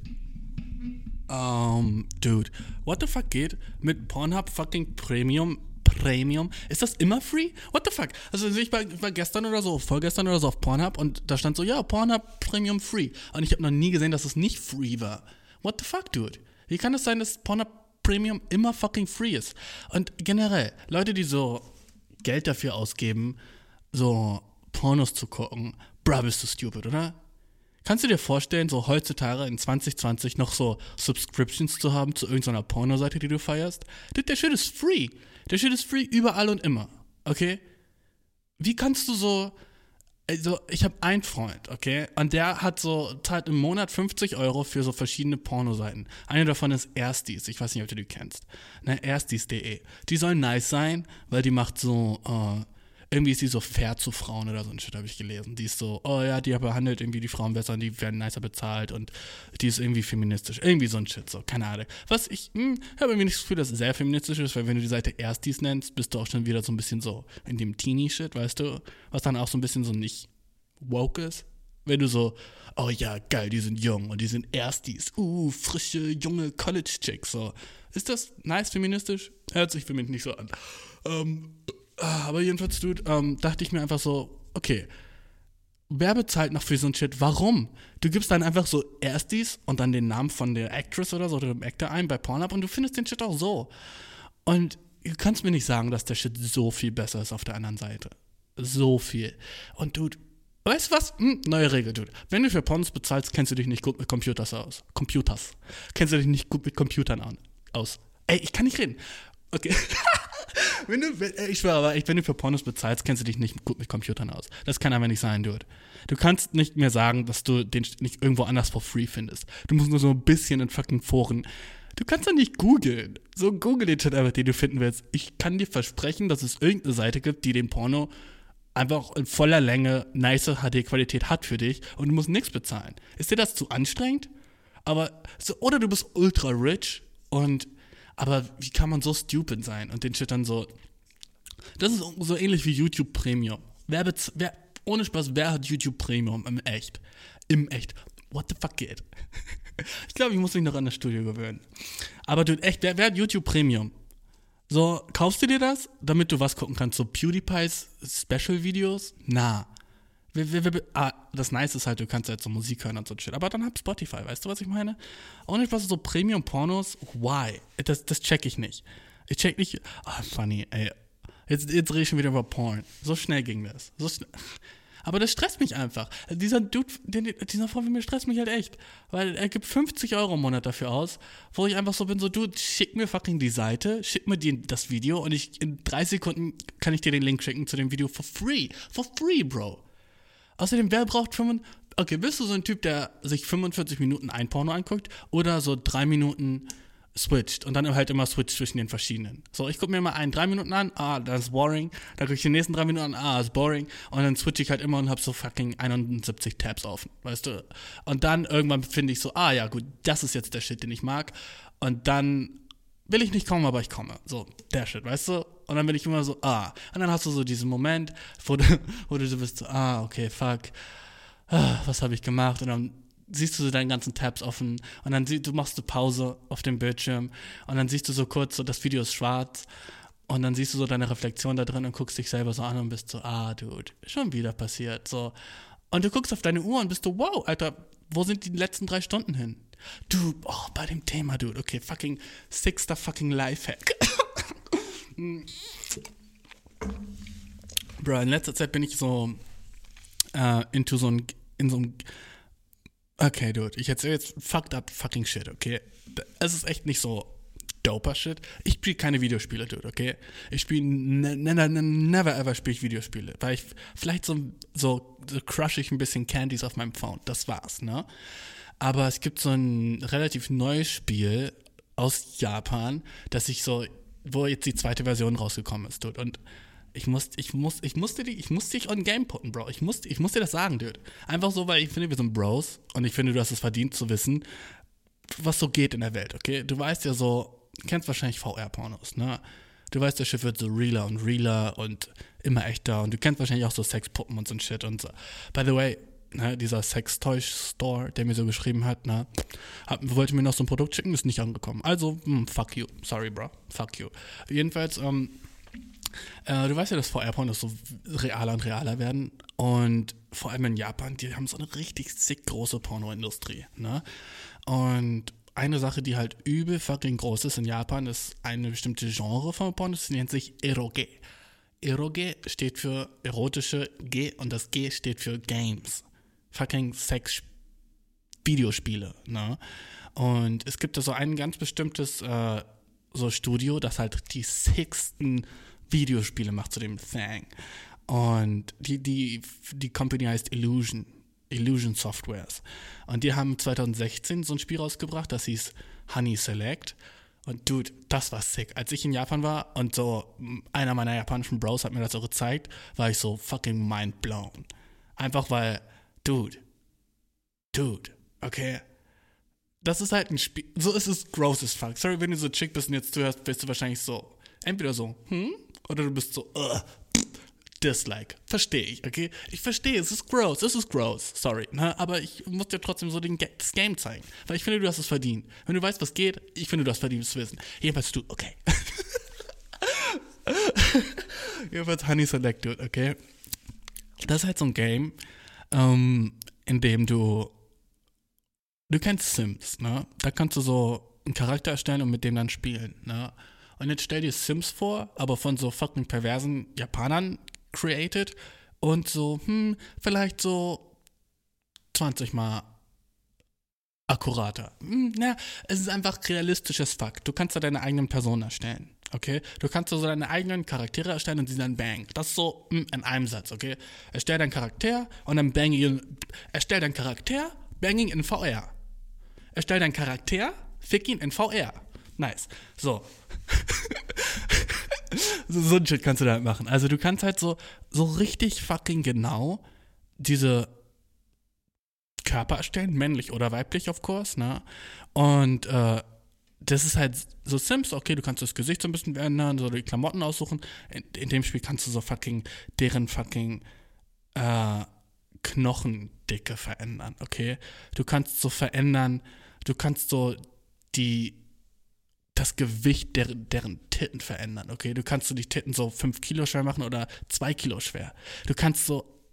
Dude. What the fuck geht mit Pornhub fucking Premium? Ist das immer free? What the fuck? Also ich war gestern oder so, vorgestern oder so auf Pornhub und da stand so, ja, Pornhub Premium free. Und ich habe noch nie gesehen, dass es nicht free war. What the fuck, dude? Wie kann es sein, dass Pornhub Premium immer fucking free ist? Und generell, Leute, die so Geld dafür ausgeben, so Pornos zu gucken, bruh, bist du stupid, oder? Kannst du dir vorstellen, so heutzutage in 2020 noch so Subscriptions zu haben zu irgendeiner Pornoseite, die du feierst? Dude, der Shit ist free. Der Shit ist free überall und immer, okay? Wie kannst du so, also ich habe einen Freund, okay? Und der hat so, zahlt im Monat 50 € für so verschiedene Pornoseiten. Eine davon ist Erstis, ich weiß nicht, ob du die kennst. Ne, erstis.de. Die soll nice sein, weil die macht so, irgendwie ist die so fair zu Frauen oder so ein Shit, habe ich gelesen. Die ist so, oh ja, die behandelt irgendwie die Frauen besser und die werden nicer bezahlt und die ist irgendwie feministisch. Irgendwie so ein Shit, so, keine Ahnung. Was ich, habe irgendwie nicht das Gefühl, dass es sehr feministisch ist, weil wenn du die Seite Erstis nennst, bist du auch schon wieder so ein bisschen so in dem Teenie-Shit, weißt du? Was dann auch so ein bisschen so nicht woke ist. Wenn du so, oh ja, geil, die sind jung und die sind Erstis. Frische, junge College-Chicks, so. Ist das nice feministisch? Hört sich für mich nicht so an. Aber jedenfalls, Dude, dachte ich mir einfach so, okay, wer bezahlt noch für so ein Shit? Warum? Du gibst dann einfach so Erstis und dann den Namen von der Actress oder so oder dem Actor ein bei Pornhub und du findest den Shit auch so. Und du kannst mir nicht sagen, dass der Shit so viel besser ist auf der anderen Seite. So viel. Und Dude, weißt du was? Neue Regel, Dude. Wenn du für Pornos bezahlst, kennst du dich nicht gut mit Computers aus. Kennst du dich nicht gut mit Computern aus. Ey, ich kann nicht reden. Okay. Ich schwöre aber, wenn du für Pornos bezahlst, kennst du dich nicht gut mit Computern aus. Das kann aber nicht sein, Dude. Du kannst nicht mehr sagen, dass du den nicht irgendwo anders for free findest. Du musst nur so ein bisschen in fucking Foren. Du kannst doch nicht googeln. So google den Shit einfach, den du finden willst. Ich kann dir versprechen, dass es irgendeine Seite gibt, die den Porno einfach in voller Länge nice HD-Qualität hat für dich und du musst nichts bezahlen. Ist dir das zu anstrengend? Aber so, oder du bist ultra rich aber wie kann man so stupid sein und den Shit dann so. Das ist so ähnlich wie YouTube Premium. Ohne Spaß, wer hat YouTube Premium im Echt? What the fuck geht? Ich glaube, ich muss mich noch an das Studio gewöhnen. Aber dude, echt, wer hat YouTube Premium? So, kaufst du dir das, damit du was gucken kannst? So PewDiePie's Special-Videos? Na. Das Nice ist halt, du kannst halt so Musik hören und so Shit. Aber dann hab Spotify, weißt du, was ich meine? Ohne Spaß, so Premium-Pornos, why? Das check ich nicht. Ich check nicht, funny, ey. Jetzt rede ich schon wieder über Porn. So schnell ging das. Aber das stresst mich einfach. Dieser Dude, dieser Freund von mir stresst mich halt echt. Weil er gibt 50 € im Monat dafür aus, wo ich einfach so bin, so, Dude, schick mir fucking die Seite, schick mir das Video und in 3 Sekunden kann ich dir den Link schicken zu dem Video for free. For free, Bro. Außerdem, wer braucht 5... Okay, bist du so ein Typ, der sich 45 Minuten ein Porno anguckt oder so 3 Minuten switcht und dann halt immer switcht zwischen den verschiedenen. So, ich gucke mir mal 3 Minuten an, das ist boring. Dann gucke ich die nächsten 3 Minuten an, ist boring. Und dann switche ich halt immer und habe so fucking 71 Tabs offen, weißt du. Und dann irgendwann finde ich so, ja gut, das ist jetzt der Shit, den ich mag. Und dann will ich nicht kommen, aber ich komme. So, der Shit, weißt du? Und dann bin ich immer so, Und dann hast du so diesen Moment, wo du so bist, so, okay, fuck. Was habe ich gemacht? Und dann siehst du so deinen ganzen Tabs offen und dann du machst eine Pause auf dem Bildschirm und dann siehst du so kurz, so das Video ist schwarz und dann siehst du so deine Reflexion da drin und guckst dich selber so an und bist so, Dude, schon wieder passiert. So. Und du guckst auf deine Uhr und bist so, wow, Alter, wo sind die letzten 3 Stunden hin? Dude, bei dem Thema, Dude, okay, fucking 6. fucking Lifehack. Bro, in letzter Zeit bin ich so in so einem okay, dude, ich erzähle jetzt fucked up fucking shit, okay? Es ist echt nicht so doper shit. Ich spiele keine Videospiele, dude, okay? Ich spiele never ever spiele ich Videospiele, weil ich vielleicht so crush ich ein bisschen Candies auf meinem Phone, das war's, ne? Aber es gibt so ein relativ neues Spiel aus Japan, wo jetzt die zweite Version rausgekommen ist, dude, und ich musste dich on game putten, Bro. Ich muss dir das sagen, dude. Einfach so, weil ich finde, wir sind Bros und ich finde, du hast es verdient zu wissen, was so geht in der Welt, okay? Du weißt ja so, kennst wahrscheinlich VR-Pornos, ne? Du weißt, der Schiff wird so realer und immer echter und du kennst wahrscheinlich auch so Sexpuppen und so ein Shit und so. By the way, ne, dieser Sex-Toy-Store, der mir so geschrieben hat, ne, wollte mir noch so ein Produkt schicken, ist nicht angekommen. Also, fuck you. Sorry, bro. Fuck you. Jedenfalls, du weißt ja, dass VR-Pornos so realer und realer werden und vor allem in Japan, die haben so eine richtig sick große Pornoindustrie, ne? Und eine Sache, die halt übel fucking groß ist in Japan, ist eine bestimmte Genre von Pornos, die nennt sich Eroge. Eroge steht für erotische G und das G steht für Games. Fucking Sex-Videospiele, ne? Und es gibt da so ein ganz bestimmtes so Studio, das halt die sicksten Videospiele macht zu dem Thing. Und die Company heißt Illusion Softwares. Und die haben 2016 so ein Spiel rausgebracht, das hieß Honey Select. Und dude, das war sick. Als ich in Japan war und so einer meiner japanischen Bros hat mir das so gezeigt, war ich so fucking mind blown. Einfach weil, dude, okay? Das ist halt ein Spiel, so ist es gross as fuck. Sorry, wenn du so chick bist und jetzt zuhörst, bist du wahrscheinlich so, entweder so, oder du bist so, dislike. Verstehe ich, okay? Ich verstehe, es ist gross, sorry. Ne? Aber ich muss dir trotzdem so das Game zeigen. Weil ich finde, du hast es verdient. Wenn du weißt, was geht, ich finde, du hast verdient, es zu wissen. Jedenfalls du, okay. Jedenfalls Honey Select, dude, okay? Das ist halt so ein Game, in dem du kennst Sims, ne? Da kannst du so einen Charakter erstellen und mit dem dann spielen, ne? Und jetzt stell dir Sims vor, aber von so fucking perversen Japanern created und so, vielleicht so 20 mal akkurater. Es ist einfach realistisches Fuck. Du kannst da deine eigenen Personen erstellen, okay? Du kannst so deine eigenen Charaktere erstellen und sie dann bang. Das ist so in einem Satz, okay? Erstell deinen Charakter und dann banging in VR. Erstell deinen Charakter, fick ihn in VR. Nice. So. So ein Shit kannst du da halt machen. Also du kannst halt so richtig fucking genau diese Körper erstellen, männlich oder weiblich, of course, ne? Und das ist halt so Sims, okay, du kannst das Gesicht so ein bisschen ändern, so die Klamotten aussuchen. In dem Spiel kannst du so deren Knochendicke verändern, okay? Du kannst so das Gewicht deren Titten verändern, okay? Du kannst so die Titten so 5 Kilo schwer machen oder 2 Kilo schwer. Du kannst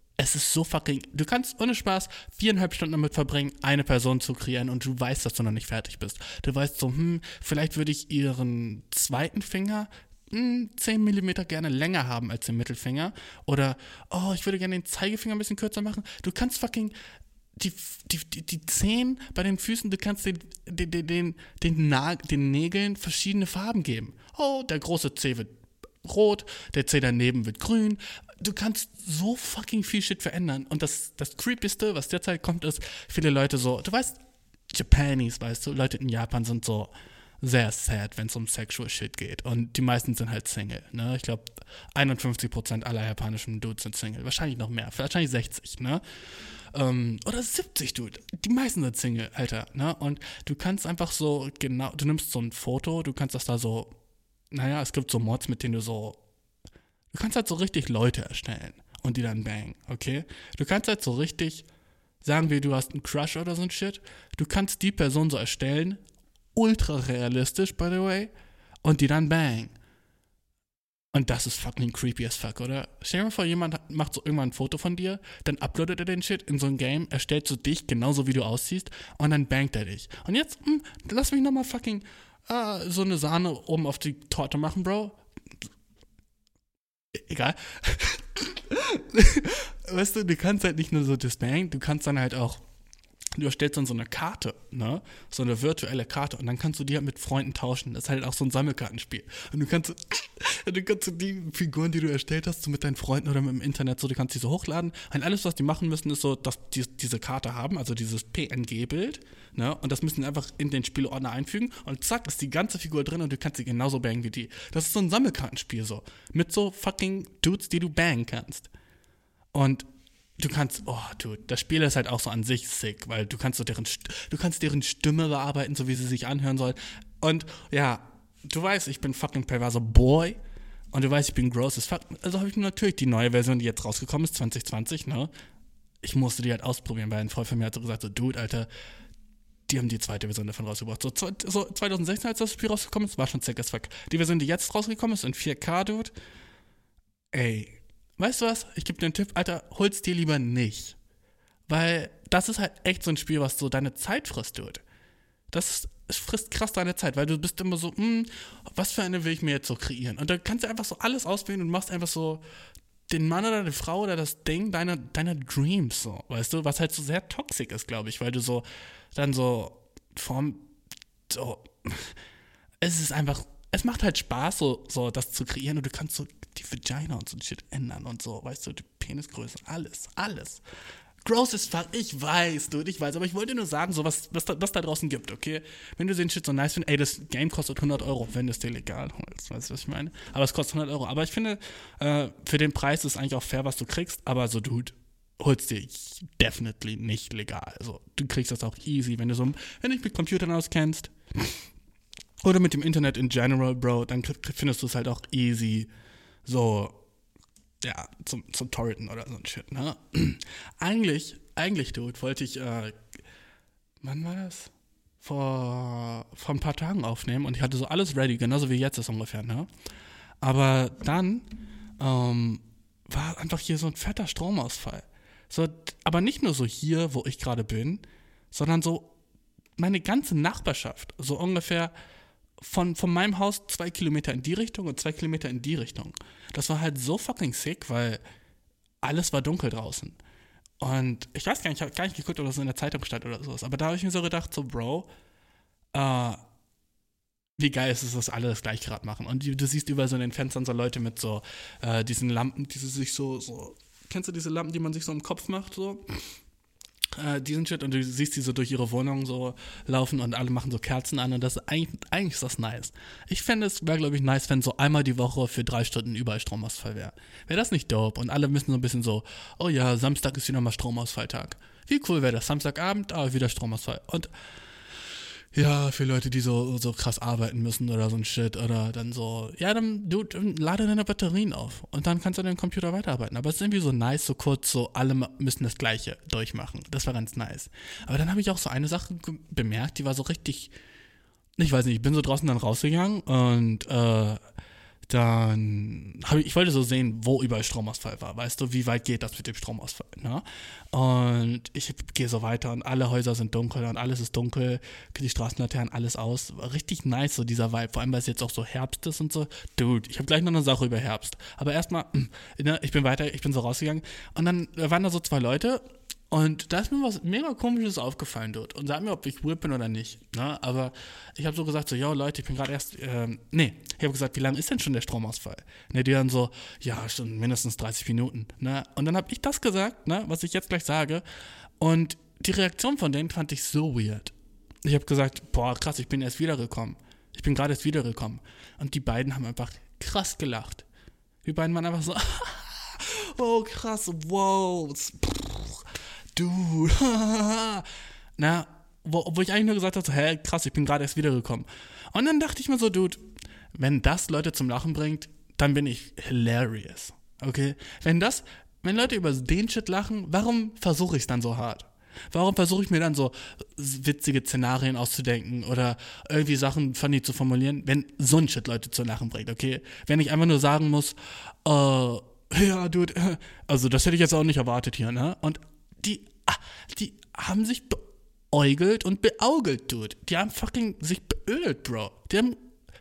ohne Spaß 4,5 Stunden damit verbringen, eine Person zu kreieren und du weißt, dass du noch nicht fertig bist. Du weißt so, vielleicht würde ich ihren zweiten Finger 10 mm gerne länger haben als den Mittelfinger oder, ich würde gerne den Zeigefinger ein bisschen kürzer machen. Du kannst fucking die Zehen bei den Füßen, du kannst den Nägeln verschiedene Farben geben. Der große Zeh wird rot, der Zeh daneben wird grün. Du kannst so fucking viel Shit verändern. Und das Creepigste, was derzeit kommt, ist, viele Leute so, du weißt, Japanis, weißt du, Leute in Japan sind so sehr sad, wenn es um sexual Shit geht. Und die meisten sind halt Single, ne? Ich glaube, 51% aller japanischen Dudes sind Single. Wahrscheinlich noch mehr, wahrscheinlich 60, ne? Oder 70, Dude. Die meisten sind Single, Alter, ne? Und du kannst einfach so genau, du nimmst so ein Foto, du kannst das da so, es gibt so Mods, mit denen du kannst halt so richtig Leute erstellen und die dann bang, okay? Du kannst halt so richtig, sagen wir, du hast einen Crush oder so ein Shit, du kannst die Person so erstellen, ultra realistisch, by the way, und die dann bang. Und das ist fucking creepy as fuck, oder? Stell dir mal vor, jemand macht so irgendwann ein Foto von dir, dann uploadet er den Shit in so ein Game, erstellt so dich, genauso wie du aussiehst, und dann bangt er dich. Und jetzt, lass mich nochmal fucking so eine Sahne oben auf die Torte machen, Bro. Egal. Weißt du kannst halt nicht nur so das Bang, du kannst dann halt auch, du erstellst dann so eine Karte, ne? So eine virtuelle Karte und dann kannst du die halt mit Freunden tauschen. Das ist halt auch so ein Sammelkartenspiel. Und du kannst so die Figuren, die du erstellt hast, so mit deinen Freunden oder mit dem Internet, so, du kannst die so hochladen. Und alles, was die machen müssen, ist so, dass die diese Karte haben, also dieses PNG-Bild, ne? Und das müssen die einfach in den Spielordner einfügen und zack, ist die ganze Figur drin und du kannst sie genauso bangen wie die. Das ist so ein Sammelkartenspiel so. Mit so fucking Dudes, die du bangen kannst. Und du kannst, dude, das Spiel ist halt auch so an sich sick, weil du kannst so deren Stimme bearbeiten, so wie sie sich anhören soll. Und ja, du weißt, ich bin fucking perverser Boy und du weißt, ich bin gross as fuck. Also habe ich mir natürlich die neue Version, die jetzt rausgekommen ist, 2020, ne? Ich musste die halt ausprobieren, weil ein Freund von mir hat so gesagt, so, dude, Alter, die haben die zweite Version davon rausgebracht. So 2016, als das Spiel rausgekommen ist, war schon sick as fuck. Die Version, die jetzt rausgekommen ist, in 4K, dude, ey, weißt du was? Ich gebe dir einen Tipp, Alter, hol's dir lieber nicht. Weil das ist halt echt so ein Spiel, was so deine Zeit frisst, dude. Es frisst krass deine Zeit, weil du bist immer so, was für eine will ich mir jetzt so kreieren? Und dann kannst du einfach so alles auswählen und machst einfach so den Mann oder die Frau oder das Ding deiner Dreams, so, weißt du? Was halt so sehr toxisch ist, glaube ich, weil du so dann so es ist einfach, es macht halt Spaß, so das zu kreieren und du kannst so die Vagina und so Shit ändern und so, weißt du, die Penisgröße, alles. Gross ist fuck, ich weiß, aber ich wollte nur sagen, so was da draußen gibt, okay? Wenn du den Shit so nice findest, ey, das Game kostet 100 Euro, wenn du es dir legal holst, weißt du, was ich meine? Aber es kostet 100 Euro, aber ich finde, für den Preis ist eigentlich auch fair, was du kriegst, aber so, dude, holst dir definitely nicht legal, also, du kriegst das auch easy, wenn du dich mit Computern auskennst, oder mit dem Internet in general, Bro, dann findest du es halt auch easy, so, ja, zum Torrenten oder so ein Shit, ne? Eigentlich, Dude, wollte ich, wann war das? Vor ein paar Tagen aufnehmen und ich hatte so alles ready, genauso wie jetzt ist ungefähr, ne? Aber dann, war einfach hier so ein fetter Stromausfall. So, aber nicht nur so hier, wo ich gerade bin, sondern so meine ganze Nachbarschaft, so ungefähr von meinem Haus 2 Kilometer in die Richtung und 2 Kilometer in die Richtung. Das war halt so fucking sick, weil alles war dunkel draußen. Und ich weiß gar nicht, ich habe gar nicht geguckt, ob das in der Zeitung stand oder sowas. Aber da habe ich mir so gedacht, so Bro, wie geil ist es, dass alle das gleich gerade machen. Und du siehst überall so in den Fenstern so Leute mit so diesen Lampen, die sich so, kennst du diese Lampen, die man sich so im Kopf macht, so? Diesen Shit und du siehst die so durch ihre Wohnung so laufen und alle machen so Kerzen an und das ist eigentlich ist das nice. Ich fände es wäre, glaube ich, nice, wenn so einmal die Woche für 3 Stunden überall Stromausfall wäre. Wäre das nicht dope? Und alle müssen so ein bisschen so, oh ja, Samstag ist wieder mal Stromausfalltag. Wie cool wäre das? Samstagabend, wieder Stromausfall. Und ja, für Leute, die so krass arbeiten müssen oder so ein Shit oder dann so, ja, dann lade deine Batterien auf und dann kannst du an deinem Computer weiterarbeiten. Aber es ist irgendwie so nice, so kurz, so alle müssen das Gleiche durchmachen. Das war ganz nice. Aber dann habe ich auch so eine Sache bemerkt, die war so richtig, ich weiß nicht, ich bin so draußen dann rausgegangen und dann ich wollte so sehen, wo überall Stromausfall war, weißt du, wie weit geht das mit dem Stromausfall, ne? Und ich gehe so weiter und alle Häuser sind dunkel und alles ist dunkel, die Straßenlaternen, alles aus, war richtig nice so dieser Vibe, vor allem, weil es jetzt auch so Herbst ist und so, dude, ich habe gleich noch eine Sache über Herbst, aber erstmal, ich bin so rausgegangen und dann waren da so 2 Leute und da ist mir was mega Komisches aufgefallen dort. Und sag mir, ob ich weird bin oder nicht. Ne? Aber ich habe so gesagt, so, yo Leute, ich bin gerade erst, ich habe gesagt, wie lange ist denn schon der Stromausfall? Ne, die dann so, ja, schon mindestens 30 Minuten. Ne? Und dann habe ich das gesagt, ne, was ich jetzt gleich sage. Und die Reaktion von denen fand ich so weird. Ich habe gesagt, boah, krass, ich bin gerade erst wiedergekommen. Und die beiden haben einfach krass gelacht. Die beiden waren einfach so, oh krass, wow, dude, na, wo ich eigentlich nur gesagt habe, so, hä, krass, ich bin gerade erst wiedergekommen. Und dann dachte ich mir so, dude, wenn das Leute zum Lachen bringt, dann bin ich hilarious, okay? Wenn Leute über den Shit lachen, warum versuche ich es dann so hart? Warum versuche ich mir dann so witzige Szenarien auszudenken oder irgendwie Sachen funny zu formulieren, wenn so ein Shit Leute zum Lachen bringt, okay? Wenn ich einfach nur sagen muss, ja, dude, also das hätte ich jetzt auch nicht erwartet hier, ne? Und die haben sich beäugelt und beaugelt, dude. Die haben fucking sich beölt, Bro. Die haben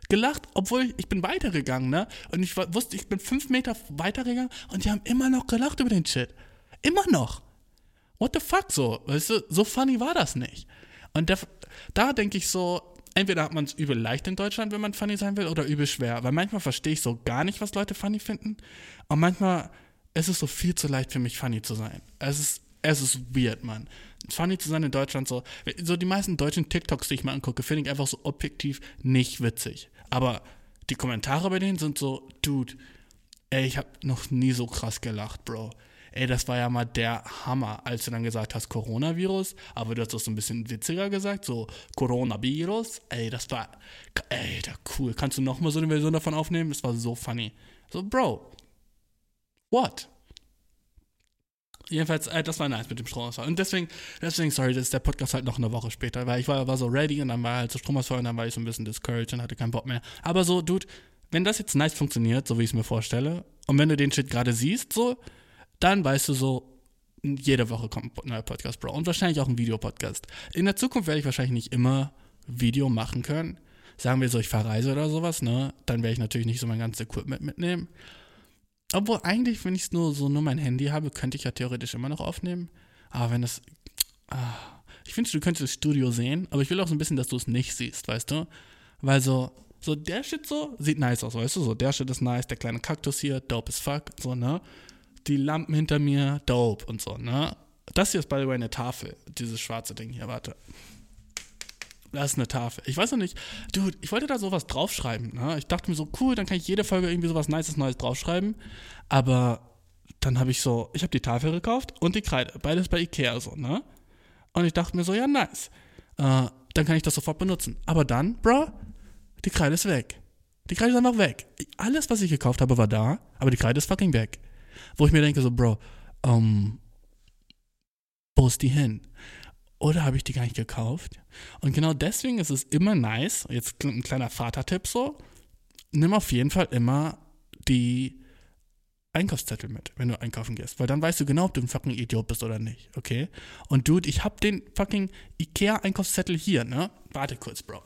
gelacht, obwohl ich bin weitergegangen, ne? Und wusste, ich bin 5 Meter weitergegangen und die haben immer noch gelacht über den Shit. Immer noch. What the fuck so? Weißt du, so funny war das nicht. Und da denke ich so, entweder hat man es übel leicht in Deutschland, wenn man funny sein will, oder übel schwer. Weil manchmal verstehe ich so gar nicht, was Leute funny finden. Und manchmal ist es so viel zu leicht für mich, funny zu sein. Es ist weird, Mann. Funny zu sein in Deutschland so die meisten deutschen TikToks, die ich mal angucke, finde ich einfach so objektiv nicht witzig. Aber die Kommentare bei denen sind so, Dude, ey, ich hab noch nie so krass gelacht, Bro. Ey, das war ja mal der Hammer, als du dann gesagt hast, Coronavirus, aber du hast das so ein bisschen witziger gesagt, so Coronavirus. Ey, das war, cool. Kannst du nochmal so eine Version davon aufnehmen? Das war so funny. So, Bro, what? Jedenfalls, das war nice mit dem Stromausfall. Und deswegen, sorry, das ist der Podcast halt noch eine Woche später, weil ich war so ready und dann war halt so Stromausfall und dann war ich so ein bisschen discouraged und hatte keinen Bock mehr. Aber so, Dude, wenn das jetzt nice funktioniert, so wie ich es mir vorstelle, und wenn du den Shit gerade siehst, so, dann weißt du so, jede Woche kommt ein neuer Podcast, Bro. Und wahrscheinlich auch ein Videopodcast. In der Zukunft werde ich wahrscheinlich nicht immer Video machen können. Sagen wir so, ich verreise oder sowas, ne? Dann werde ich natürlich nicht so mein ganzes Equipment mitnehmen. Obwohl eigentlich, wenn ich nur mein Handy habe, könnte ich ja theoretisch immer noch aufnehmen. Aber wenn das... ich finde, du könntest das Studio sehen, aber ich will auch so ein bisschen, dass du es nicht siehst, weißt du? Weil so der Shit so sieht nice aus, weißt du? So der Shit ist nice, der kleine Kaktus hier, dope as fuck, so, ne? Die Lampen hinter mir, dope und so, ne? Das hier ist by the way eine Tafel, dieses schwarze Ding hier, warte. Das ist eine Tafel. Ich weiß noch nicht, Dude, ich wollte da sowas draufschreiben, ne? Ich dachte mir so, cool, dann kann ich jede Folge irgendwie sowas Nices Neues draufschreiben. Aber dann habe ich die Tafel gekauft und die Kreide. Beides bei Ikea so, ne? Und ich dachte mir so, ja, nice. Dann kann ich das sofort benutzen. Aber dann, Bro, die Kreide ist weg. Die Kreide ist einfach weg. Alles, was ich gekauft habe, war da, aber die Kreide ist fucking weg. Wo ich mir denke so, Bro, wo ist die hin? Oder habe ich die gar nicht gekauft? Und genau deswegen ist es immer nice, jetzt ein kleiner Vatertipp so, nimm auf jeden Fall immer die Einkaufszettel mit, wenn du einkaufen gehst. Weil dann weißt du genau, ob du ein fucking Idiot bist oder nicht, okay? Und Dude, ich hab den fucking Ikea-Einkaufszettel hier, ne? Warte kurz, Bro.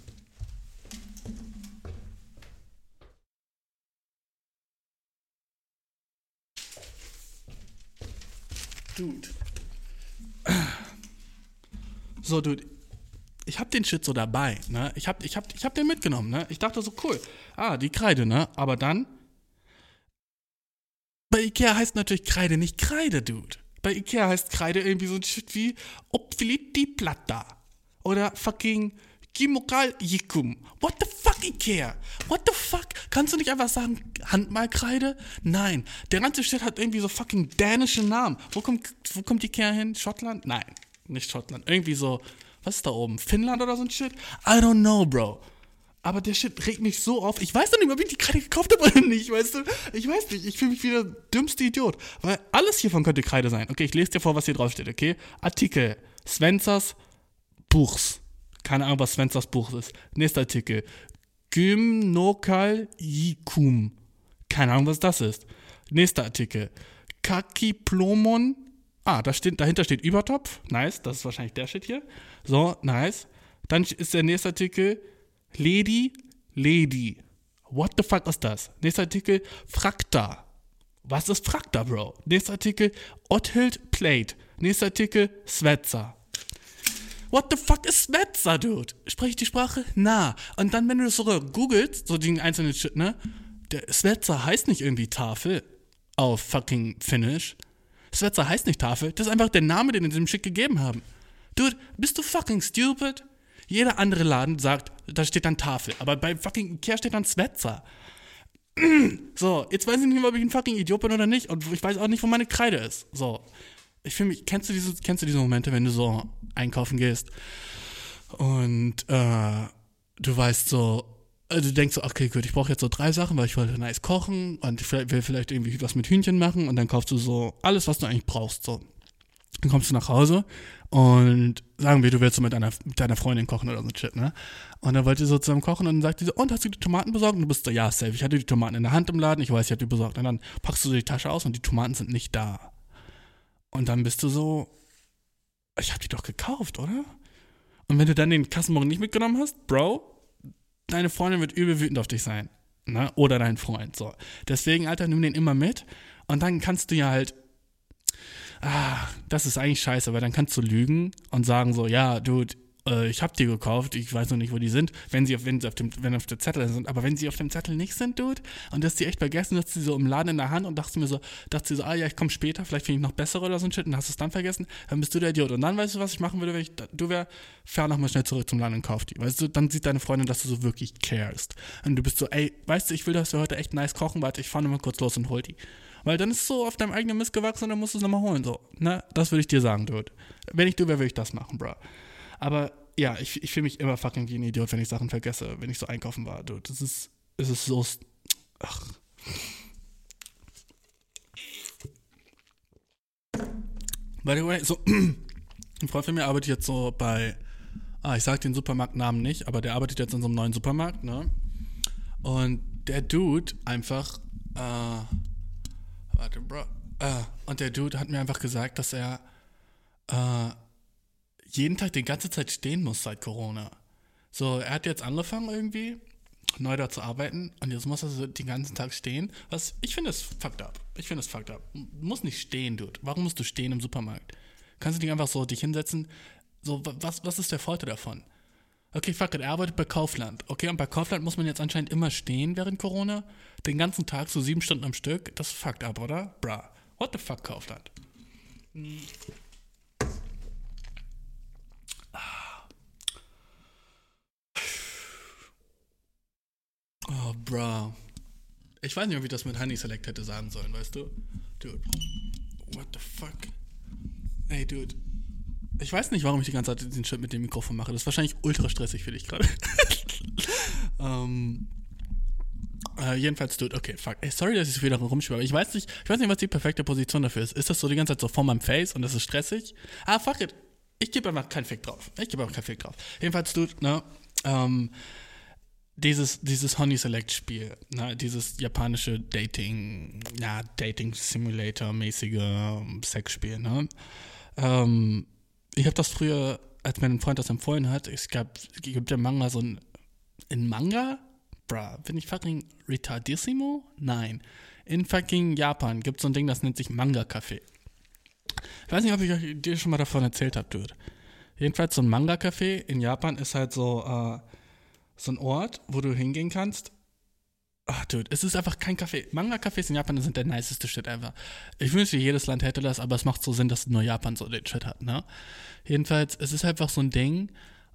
Dude. So, Dude, ich hab den Shit so dabei, ne? Ich hab den mitgenommen, ne? Ich dachte so, cool. Die Kreide, ne? Aber dann, bei Ikea heißt natürlich Kreide nicht Kreide, Dude. Bei Ikea heißt Kreide irgendwie so ein Shit wie Opfiliti Plata. Oder fucking Kimokal Yikum. What the fuck, Ikea? What the fuck? Kannst du nicht einfach sagen, Handmalkreide? Nein. Der ganze Shit hat irgendwie so fucking dänische Namen. Wo kommt Ikea hin? Schottland? Nein. Nicht Schottland, irgendwie so, was ist da oben, Finnland oder so ein Shit? I don't know, Bro. Aber der Shit regt mich so auf. Ich weiß doch nicht mehr, ob ich die Kreide gekauft habe oder nicht, weißt du? Ich weiß nicht, ich fühle mich wie der dümmste Idiot. Weil alles hiervon könnte Kreide sein. Okay, ich lese dir vor, was hier drauf steht, okay? Artikel, Svensas Buchs. Keine Ahnung, was Svensas Buch ist. Nächster Artikel, Gymnokal Yikum. Keine Ahnung, was das ist. Nächster Artikel, Kakiplomon. Dahinter steht Übertopf. Nice, das ist wahrscheinlich der Shit hier. So, nice. Dann ist der nächste Artikel Lady. What the fuck ist das? Nächster Artikel Frakta. Was ist Frakta, Bro? Nächster Artikel Otthild Plate. Nächster Artikel Svetsa. What the fuck ist Svetsa, Dude? Spreche ich die Sprache? Na. Und dann, wenn du das so googelst, so den einzelnen Shit, ne? Der Svetsa heißt nicht irgendwie Tafel auf fucking Finnish. Svetsa heißt nicht Tafel, das ist einfach der Name, den in diesem Shit gegeben haben. Dude, bist du fucking stupid? Jeder andere Laden sagt, da steht dann Tafel, aber bei fucking Ikea steht dann Svetsa. So, jetzt weiß ich nicht mehr, ob ich ein fucking Idiot bin oder nicht und ich weiß auch nicht, wo meine Kreide ist. So, ich fühle mich, kennst du diese Momente, wenn du so einkaufen gehst und du weißt so, also du denkst so, okay, gut, ich brauche jetzt so 3 Sachen, weil ich wollte nice kochen und ich will vielleicht irgendwie was mit Hühnchen machen und dann kaufst du so alles, was du eigentlich brauchst. So. Dann kommst du nach Hause und sagen wir, du willst so mit deiner Freundin kochen oder so Shit, ne? Und dann wollt ihr so zusammen kochen und dann sagt die so, und hast du die Tomaten besorgt? Und du bist so, ja, safe, ich hatte die Tomaten in der Hand im Laden, ich weiß, ich habe die besorgt. Und dann packst du so die Tasche aus und die Tomaten sind nicht da. Und dann bist du so, ich habe die doch gekauft, oder? Und wenn du dann den Kassenbon nicht mitgenommen hast, Bro, deine Freundin wird übel wütend auf dich sein. Ne? Oder dein Freund, so. Deswegen, Alter, nimm den immer mit und dann kannst du ja halt, das ist eigentlich scheiße, weil dann kannst du lügen und sagen so, ja, Dude, ich hab die gekauft, ich weiß noch nicht, wo die sind, wenn auf der Zettel sind, aber wenn sie auf dem Zettel nicht sind, Dude, und du hast die echt vergessen, du hast sie so im Laden in der Hand und dachte sie so, ja, ich komme später, vielleicht finde ich noch bessere oder so ein Shit und hast es dann vergessen, dann bist du der Idiot. Und dann weißt du, was ich machen würde, wenn du wär, fahr nochmal schnell zurück zum Laden und kauf die, weißt du, dann sieht deine Freundin, dass du so wirklich carest. Und du bist so, ey, weißt du, ich will, dass wir heute echt nice kochen, warte, ich fahr nochmal kurz los und hol die. Weil dann ist es so auf deinem eigenen Mist gewachsen und dann musst du es nochmal holen, so, ne, das würde ich dir sagen, Dude. Wenn ich du wäre, würde ich das machen, bro. Aber ja, ich fühle mich immer fucking wie ein Idiot, wenn ich Sachen vergesse, wenn ich so einkaufen war. Dude. Es ist so. Ach. By the way, so, ein Freund von mir arbeitet jetzt so bei, ich sag den Supermarktnamen nicht, aber der arbeitet jetzt in so einem neuen Supermarkt, ne? Und der Dude einfach, und der Dude hat mir einfach gesagt, dass er, jeden Tag die ganze Zeit stehen muss seit Corona. So, er hat jetzt angefangen irgendwie, neu da zu arbeiten und jetzt muss er so den ganzen Tag stehen. Ich finde das fucked up. Du musst nicht stehen, Dude. Warum musst du stehen im Supermarkt? Kannst du nicht einfach so dich hinsetzen? So, was ist der Vorteil davon? Okay, fuck it, er arbeitet bei Kaufland. Okay, und bei Kaufland muss man jetzt anscheinend immer stehen während Corona. Den ganzen Tag, so 7 Stunden am Stück. Das ist fucked up, oder? Bruh. What the fuck, Kaufland? Oh, bro. Ich weiß nicht, ob ich das mit Honey Select hätte sagen sollen, weißt du? Dude. What the fuck? Ey, Dude. Ich weiß nicht, warum ich die ganze Zeit diesen Shit mit dem Mikrofon mache. Das ist wahrscheinlich ultra stressig für dich gerade. Jedenfalls, Dude, okay, fuck. Ey, sorry, dass ich so viel darum rumschwöre, aber ich weiß nicht, was die perfekte Position dafür ist. Ist das so die ganze Zeit so vor meinem Face und das ist stressig? Fuck it. Ich gebe einfach keinen Fick drauf. Jedenfalls, Dude, ne, dieses Honey Select Spiel, ne, dieses japanische Dating Simulator-mäßige Sexspiel, ne, ich habe das früher, als mir ein Freund das empfohlen hat, gibt der Manga so in Manga? Bruh, bin ich fucking retardissimo? Nein. In fucking Japan gibt es so ein Ding, das nennt sich Manga-Café. Ich weiß nicht, ob ich dir schon mal davon erzählt habe, Dude. Jedenfalls so ein Manga-Café in Japan ist halt so ein Ort, wo du hingehen kannst. Ach, Dude, es ist einfach kein Café. Manga-Cafés in Japan sind der niceste Shit ever. Ich wünschte, jedes Land hätte das, aber es macht so Sinn, dass nur Japan so den Shit hat, ne? Jedenfalls, es ist einfach so ein Ding,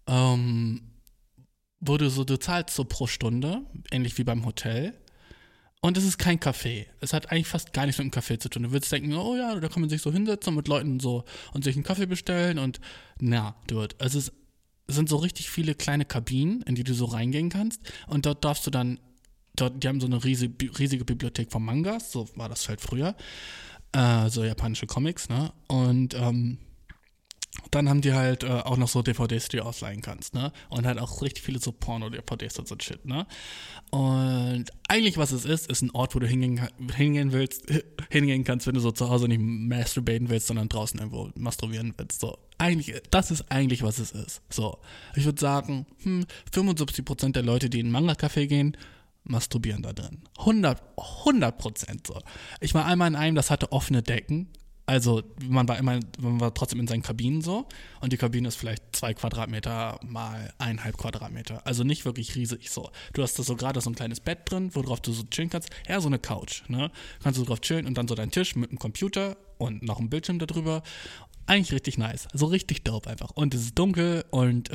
wo du zahlst so pro Stunde, ähnlich wie beim Hotel. Und es ist kein Café. Es hat eigentlich fast gar nichts mit dem Café zu tun. Du würdest denken, oh ja, da kann man sich so hinsetzen und mit Leuten so und sich einen Kaffee bestellen und Dude, es sind so richtig viele kleine Kabinen, in die du so reingehen kannst und dort darfst du dann, die haben so eine riesige Bibliothek von Mangas, so war das halt früher, so japanische Comics, ne, und dann haben die halt auch noch so DVDs, die du ausleihen kannst, ne? Und halt auch richtig viele so Porno-DVDs und so Shit, ne? Und eigentlich, was es ist ein Ort, wo du hingehen kannst, wenn du so zu Hause nicht masturbaten willst, sondern draußen irgendwo masturbieren willst. So, das ist eigentlich, was es ist. So, ich würde sagen, 75% der Leute, die in ein Manga-Café gehen, masturbieren da drin. 100% so. Ich war einmal in einem, das hatte offene Decken. Also man war trotzdem in seinen Kabinen so und die Kabine ist vielleicht 2 Quadratmeter mal 1,5 Quadratmeter. Also nicht wirklich riesig so. Du hast da so gerade so ein kleines Bett drin, worauf du so chillen kannst. Ja, so eine Couch, ne? Kannst du drauf chillen und dann so dein Tisch mit einem Computer und noch einem Bildschirm da drüber. Eigentlich richtig nice. So richtig dope einfach. Und es ist dunkel und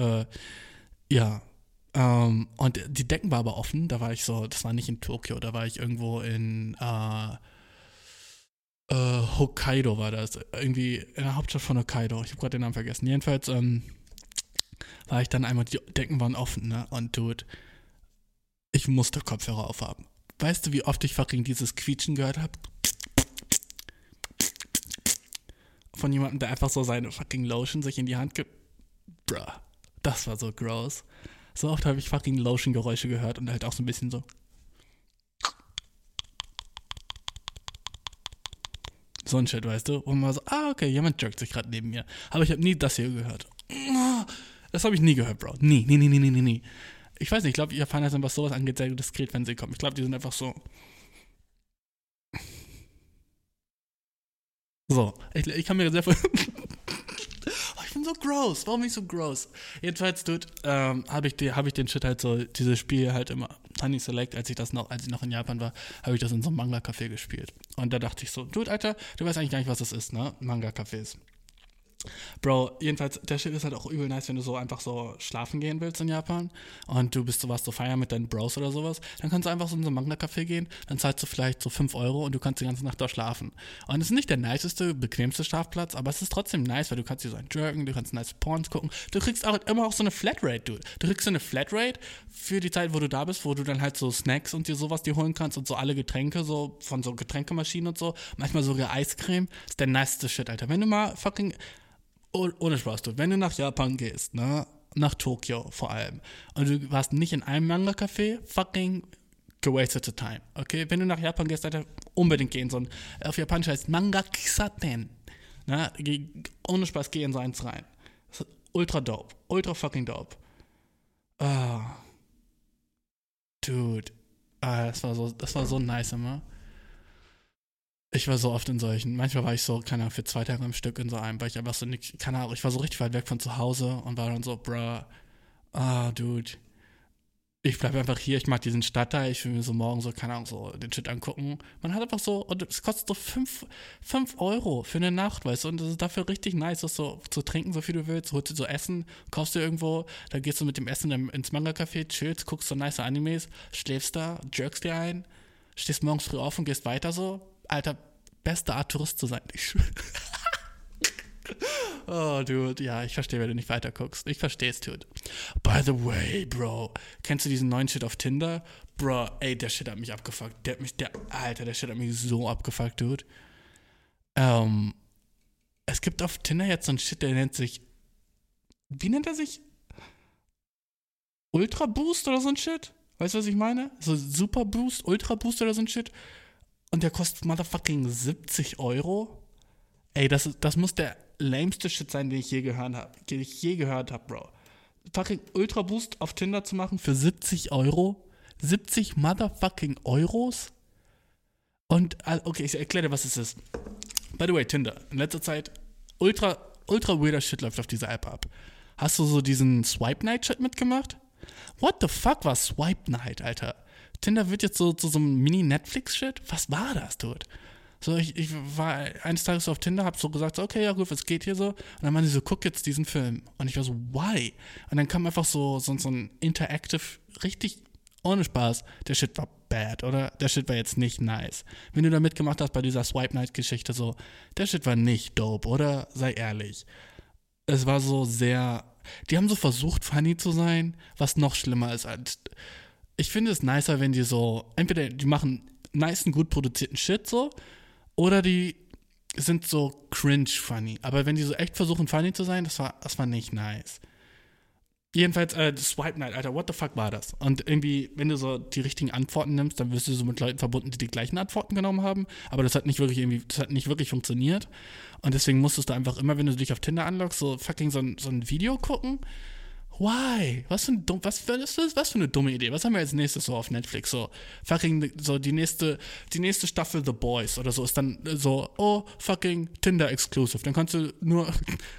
und die Decken war aber offen. Da war ich so, das war nicht in Tokio, da war ich irgendwo in Hokkaido war das. Irgendwie in der Hauptstadt von Hokkaido. Ich habe gerade den Namen vergessen. Jedenfalls war ich dann einmal, die Decken waren offen, ne? Und Dude, ich musste Kopfhörer aufhaben. Weißt du, wie oft ich fucking dieses Quietschen gehört habe? Von jemandem, der einfach so seine fucking Lotion sich in die Hand gibt. Bruh, das war so gross. So oft habe ich fucking Lotion-Geräusche gehört und halt auch so ein bisschen so. So ein Shit, weißt du? Und man so, okay, jemand jerkt sich gerade neben mir. Aber ich habe nie das hier gehört. Das habe ich nie gehört, Bro. Nie. Ich weiß nicht, ich glaube, Japaner sind, was sowas angeht, sehr diskret, wenn sie kommen. Ich glaube, die sind einfach so. So, ich kann mir sehr viel. Oh, ich bin so gross. Warum bin ich so gross? Jedenfalls, Dude, habe ich den Shit halt so, dieses Spiel halt immer, Honey Select, als ich noch in Japan war, habe ich das in so einem Manga-Café gespielt. Und da dachte ich so, Dude, Alter, du weißt eigentlich gar nicht, was das ist, ne? Manga-Cafés. Bro, jedenfalls, der Shit ist halt auch übel nice, wenn du so einfach so schlafen gehen willst in Japan und du bist sowas so feiern mit deinen Bros oder sowas, dann kannst du einfach so in so ein Manga-Café gehen, dann zahlst du vielleicht so 5 Euro und du kannst die ganze Nacht da schlafen. Und es ist nicht der niceste, bequemste Schlafplatz, aber es ist trotzdem nice, weil du kannst dir so einen jerken, du kannst nice Porns gucken, du kriegst auch immer auch so eine Flatrate, Dude. Du kriegst so eine Flatrate für die Zeit, wo du da bist, wo du dann halt so Snacks und dir sowas dir holen kannst und so alle Getränke, so von so Getränkemaschinen und so, manchmal sogar Eiscreme, ist der niceste Shit, Alter. Wenn du mal fucking ohne Spaß, du, wenn du nach Japan gehst, ne, nach Tokio vor allem, und du warst nicht in einem Manga-Café, fucking gewasted time, okay? Wenn du nach Japan gehst, Alter, unbedingt gehen, auf Japanisch heißt Manga Kisaten, ne, ohne Spaß, geh in so eins rein. Das ist ultra dope, ultra fucking dope. Ah, Dude, das war so nice immer. Ich war so oft in solchen. Manchmal war ich so, keine Ahnung, für 2 Tage am Stück in so einem, weil ich einfach so nicht, keine Ahnung, ich war so richtig weit weg von zu Hause und war dann so, bruh, Dude, ich bleib einfach hier, ich mag diesen Stadtteil, ich will mir so morgen so, keine Ahnung, so den Shit angucken. Man hat einfach so, und es kostet so 5 Euro für eine Nacht, weißt du, und das ist dafür richtig nice, das so zu trinken, so viel du willst, holst dir so Essen, kaufst dir irgendwo, dann gehst du mit dem Essen ins Manga-Café, chillst, guckst so nice Animes, schläfst da, jerkst dir ein, stehst morgens früh auf und gehst weiter so. Alter, beste Art, Tourist zu sein. Oh, Dude, ja, ich verstehe, wenn du nicht weiter guckst. Ich verstehe es, Dude. By the way, Bro, kennst du diesen neuen Shit auf Tinder? Bro, ey, der Shit hat mich abgefuckt. Der Shit hat mich so abgefuckt, Dude. Es gibt auf Tinder jetzt so einen Shit, der nennt sich, wie nennt er sich? Ultra Boost oder so ein Shit? Weißt du, was ich meine? So Super Boost, Ultra Boost oder so ein Shit. Und der kostet motherfucking 70 Euro. Ey, das muss der lameste Shit sein, den ich je gehört habe, Bro. Fucking Ultra Boost auf Tinder zu machen für 70 Euro. 70 motherfucking Euros. Und, okay, ich erkläre dir, was es ist. By the way, Tinder. In letzter Zeit ultra weirder Shit läuft auf dieser App ab. Hast du so diesen Swipe Night Shit mitgemacht? What the fuck war Swipe Night, Alter? Tinder wird jetzt so zu so einem Mini-Netflix-Shit? Was war das, Dude? So, ich war eines Tages so auf Tinder, hab so gesagt, so, okay, ja gut, was geht hier so? Und dann meinen die so, guck jetzt diesen Film. Und ich war so, why? Und dann kam einfach so ein Interactive, richtig ohne Spaß. Der Shit war bad, oder? Der Shit war jetzt nicht nice. Wenn du da mitgemacht hast bei dieser Swipe-Night-Geschichte, so, der Shit war nicht dope, oder? Sei ehrlich. Es war so sehr, die haben so versucht, funny zu sein, was noch schlimmer ist als, ich finde es nicer, wenn die so, entweder die machen nicen, gut produzierten Shit so, oder die sind so cringe funny. Aber wenn die so echt versuchen, funny zu sein, das war nicht nice. Jedenfalls, Swipe Night, Alter, what the fuck war das? Und irgendwie, wenn du so die richtigen Antworten nimmst, dann wirst du so mit Leuten verbunden, die gleichen Antworten genommen haben. Aber das hat nicht wirklich funktioniert. Und deswegen musstest du einfach immer, wenn du dich auf Tinder anloggst, so fucking so ein Video gucken. Why? Was für eine dumme Idee. Was haben wir als nächstes so auf Netflix? So fucking, so die nächste Staffel The Boys oder so ist dann so, oh, fucking Tinder Exclusive. Dann kannst du nur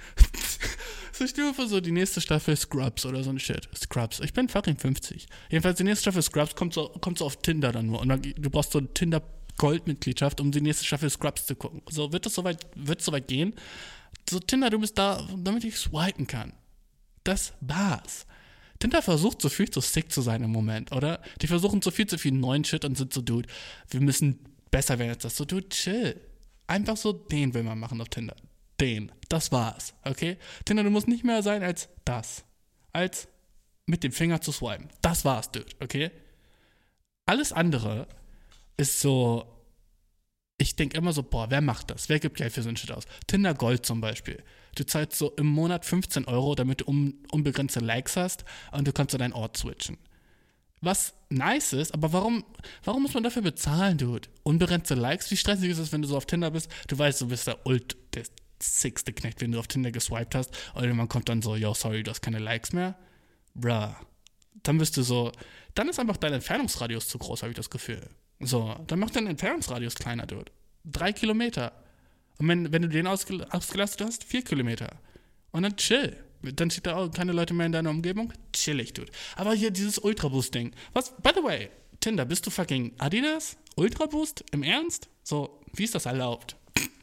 so stell für so die nächste Staffel Scrubs oder so ein Shit. Scrubs. Ich bin fucking 50. Jedenfalls die nächste Staffel Scrubs kommt so auf Tinder dann nur. Und dann, du brauchst so eine Tinder Goldmitgliedschaft, um die nächste Staffel Scrubs zu gucken. So wird es soweit gehen. So Tinder, du bist da, damit ich swipen kann. Das war's. Tinder versucht so viel zu sick zu sein im Moment, oder? Die versuchen so viel neuen Shit und sind so, Dude, wir müssen besser werden als das. So, Dude, chill. Einfach so, den will man machen auf Tinder. Das war's, okay? Tinder, du musst nicht mehr sein als das. Als mit dem Finger zu swipen. Das war's, Dude, okay? Alles andere ist so, ich denke immer so, boah, wer macht das? Wer gibt Geld für so ein Shit aus? Tinder Gold zum Beispiel. Du zahlst so im Monat 15 Euro, damit du unbegrenzte Likes hast und du kannst so deinen Ort switchen. Was nice ist, aber warum muss man dafür bezahlen, Dude? Unbegrenzte Likes? Wie stressig ist es, wenn du so auf Tinder bist? Du weißt, du bist der sickste Knecht, wenn du auf Tinder geswiped hast und man kommt dann so, yo, sorry, du hast keine Likes mehr. Bruh, dann bist du so, dann ist einfach dein Entfernungsradius zu groß, habe ich das Gefühl. So, dann macht dein Entfernungsradius kleiner, Dude. 3 Kilometer. Und wenn du den ausgelastet hast, 4 Kilometer. Und dann chill. Dann steht da auch keine Leute mehr in deiner Umgebung. Chillig, Dude. Aber hier dieses Ultra-Boost-Ding. Was, by the way, Tinder, bist du fucking Adidas? Ultra-Boost? Im Ernst? So, wie ist das erlaubt?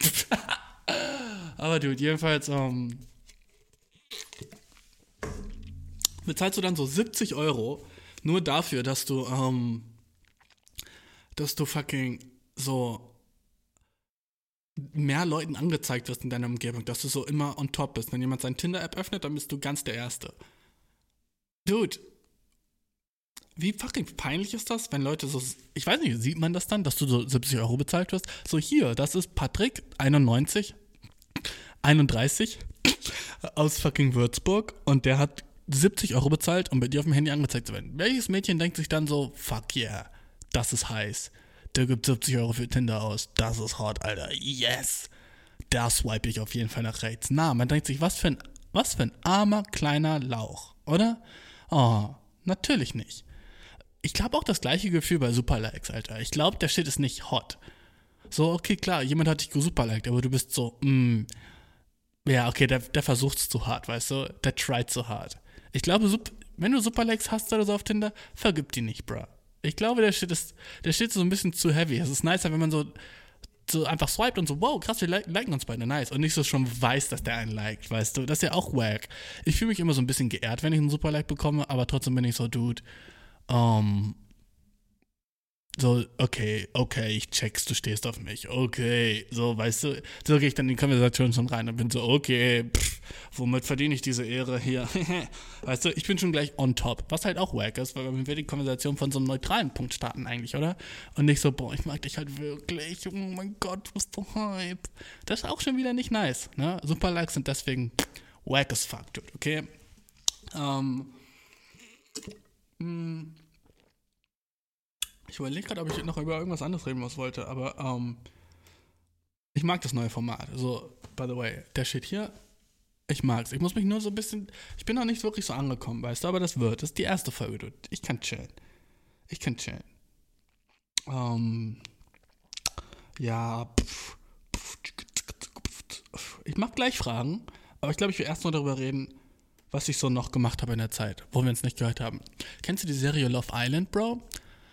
Aber Dude, jedenfalls, bezahlst du dann so 70 Euro nur dafür, dass du fucking so mehr Leuten angezeigt wirst in deiner Umgebung, dass du so immer on top bist. Wenn jemand seine Tinder-App öffnet, dann bist du ganz der Erste. Dude, wie fucking peinlich ist das, wenn Leute so, ich weiß nicht, sieht man das dann, dass du so 70 Euro bezahlt wirst? So hier, das ist Patrick, 31 aus fucking Würzburg und der hat 70 Euro bezahlt, um bei dir auf dem Handy angezeigt zu werden. Welches Mädchen denkt sich dann so, fuck yeah, das ist heiß. Der gibt 70 Euro für Tinder aus. Das ist hot, Alter. Yes. Da swipe ich auf jeden Fall nach rechts. Na, man denkt sich, was für ein armer, kleiner Lauch, oder? Oh, natürlich nicht. Ich glaube auch das gleiche Gefühl bei Superlikes, Alter. Ich glaube, der Shit ist nicht hot. So, okay, klar, jemand hat dich gesuperliked, aber du bist so, ja, okay, der versucht's zu hart, weißt du? Der tried so hart. Ich glaube, wenn du Superlikes hast oder so auf Tinder, vergib die nicht, bruh. Ich glaube, der Shit ist so ein bisschen zu heavy. Es ist nicer, wenn man so einfach swiped und so, wow, krass, wir liken uns beide, nice. Und nicht so schon weiß, dass der einen liked, weißt du. Das ist ja auch wack. Ich fühle mich immer so ein bisschen geehrt, wenn ich einen Superlike bekomme, aber trotzdem bin ich so, Dude, so, okay, ich check's, du stehst auf mich, okay, so, weißt du, so gehe ich dann in die Konversation schon rein und bin so, okay, womit verdiene ich diese Ehre hier, weißt du, ich bin schon gleich on top, was halt auch wack ist, weil man will die Konversation von so einem neutralen Punkt starten eigentlich, oder? Und nicht so, boah, ich mag dich halt wirklich, oh mein Gott, du bist so hype. Das ist auch schon wieder nicht nice, ne? Superlikes sind deswegen wack as fuck, dude, okay? Ich überlege gerade, ob ich noch über irgendwas anderes reden wollte, aber ich mag das neue Format. So, by the way, der Shit hier, ich mag's. Ich muss mich nur so ein bisschen, ich bin noch nicht wirklich so angekommen, weißt du, aber das ist die erste Folge, dude. Ich kann chillen. Ja, ich mag gleich Fragen, aber ich glaube, ich will erst mal darüber reden, was ich so noch gemacht habe in der Zeit, wo wir uns nicht gehört haben. Kennst du die Serie Love Island, Bro?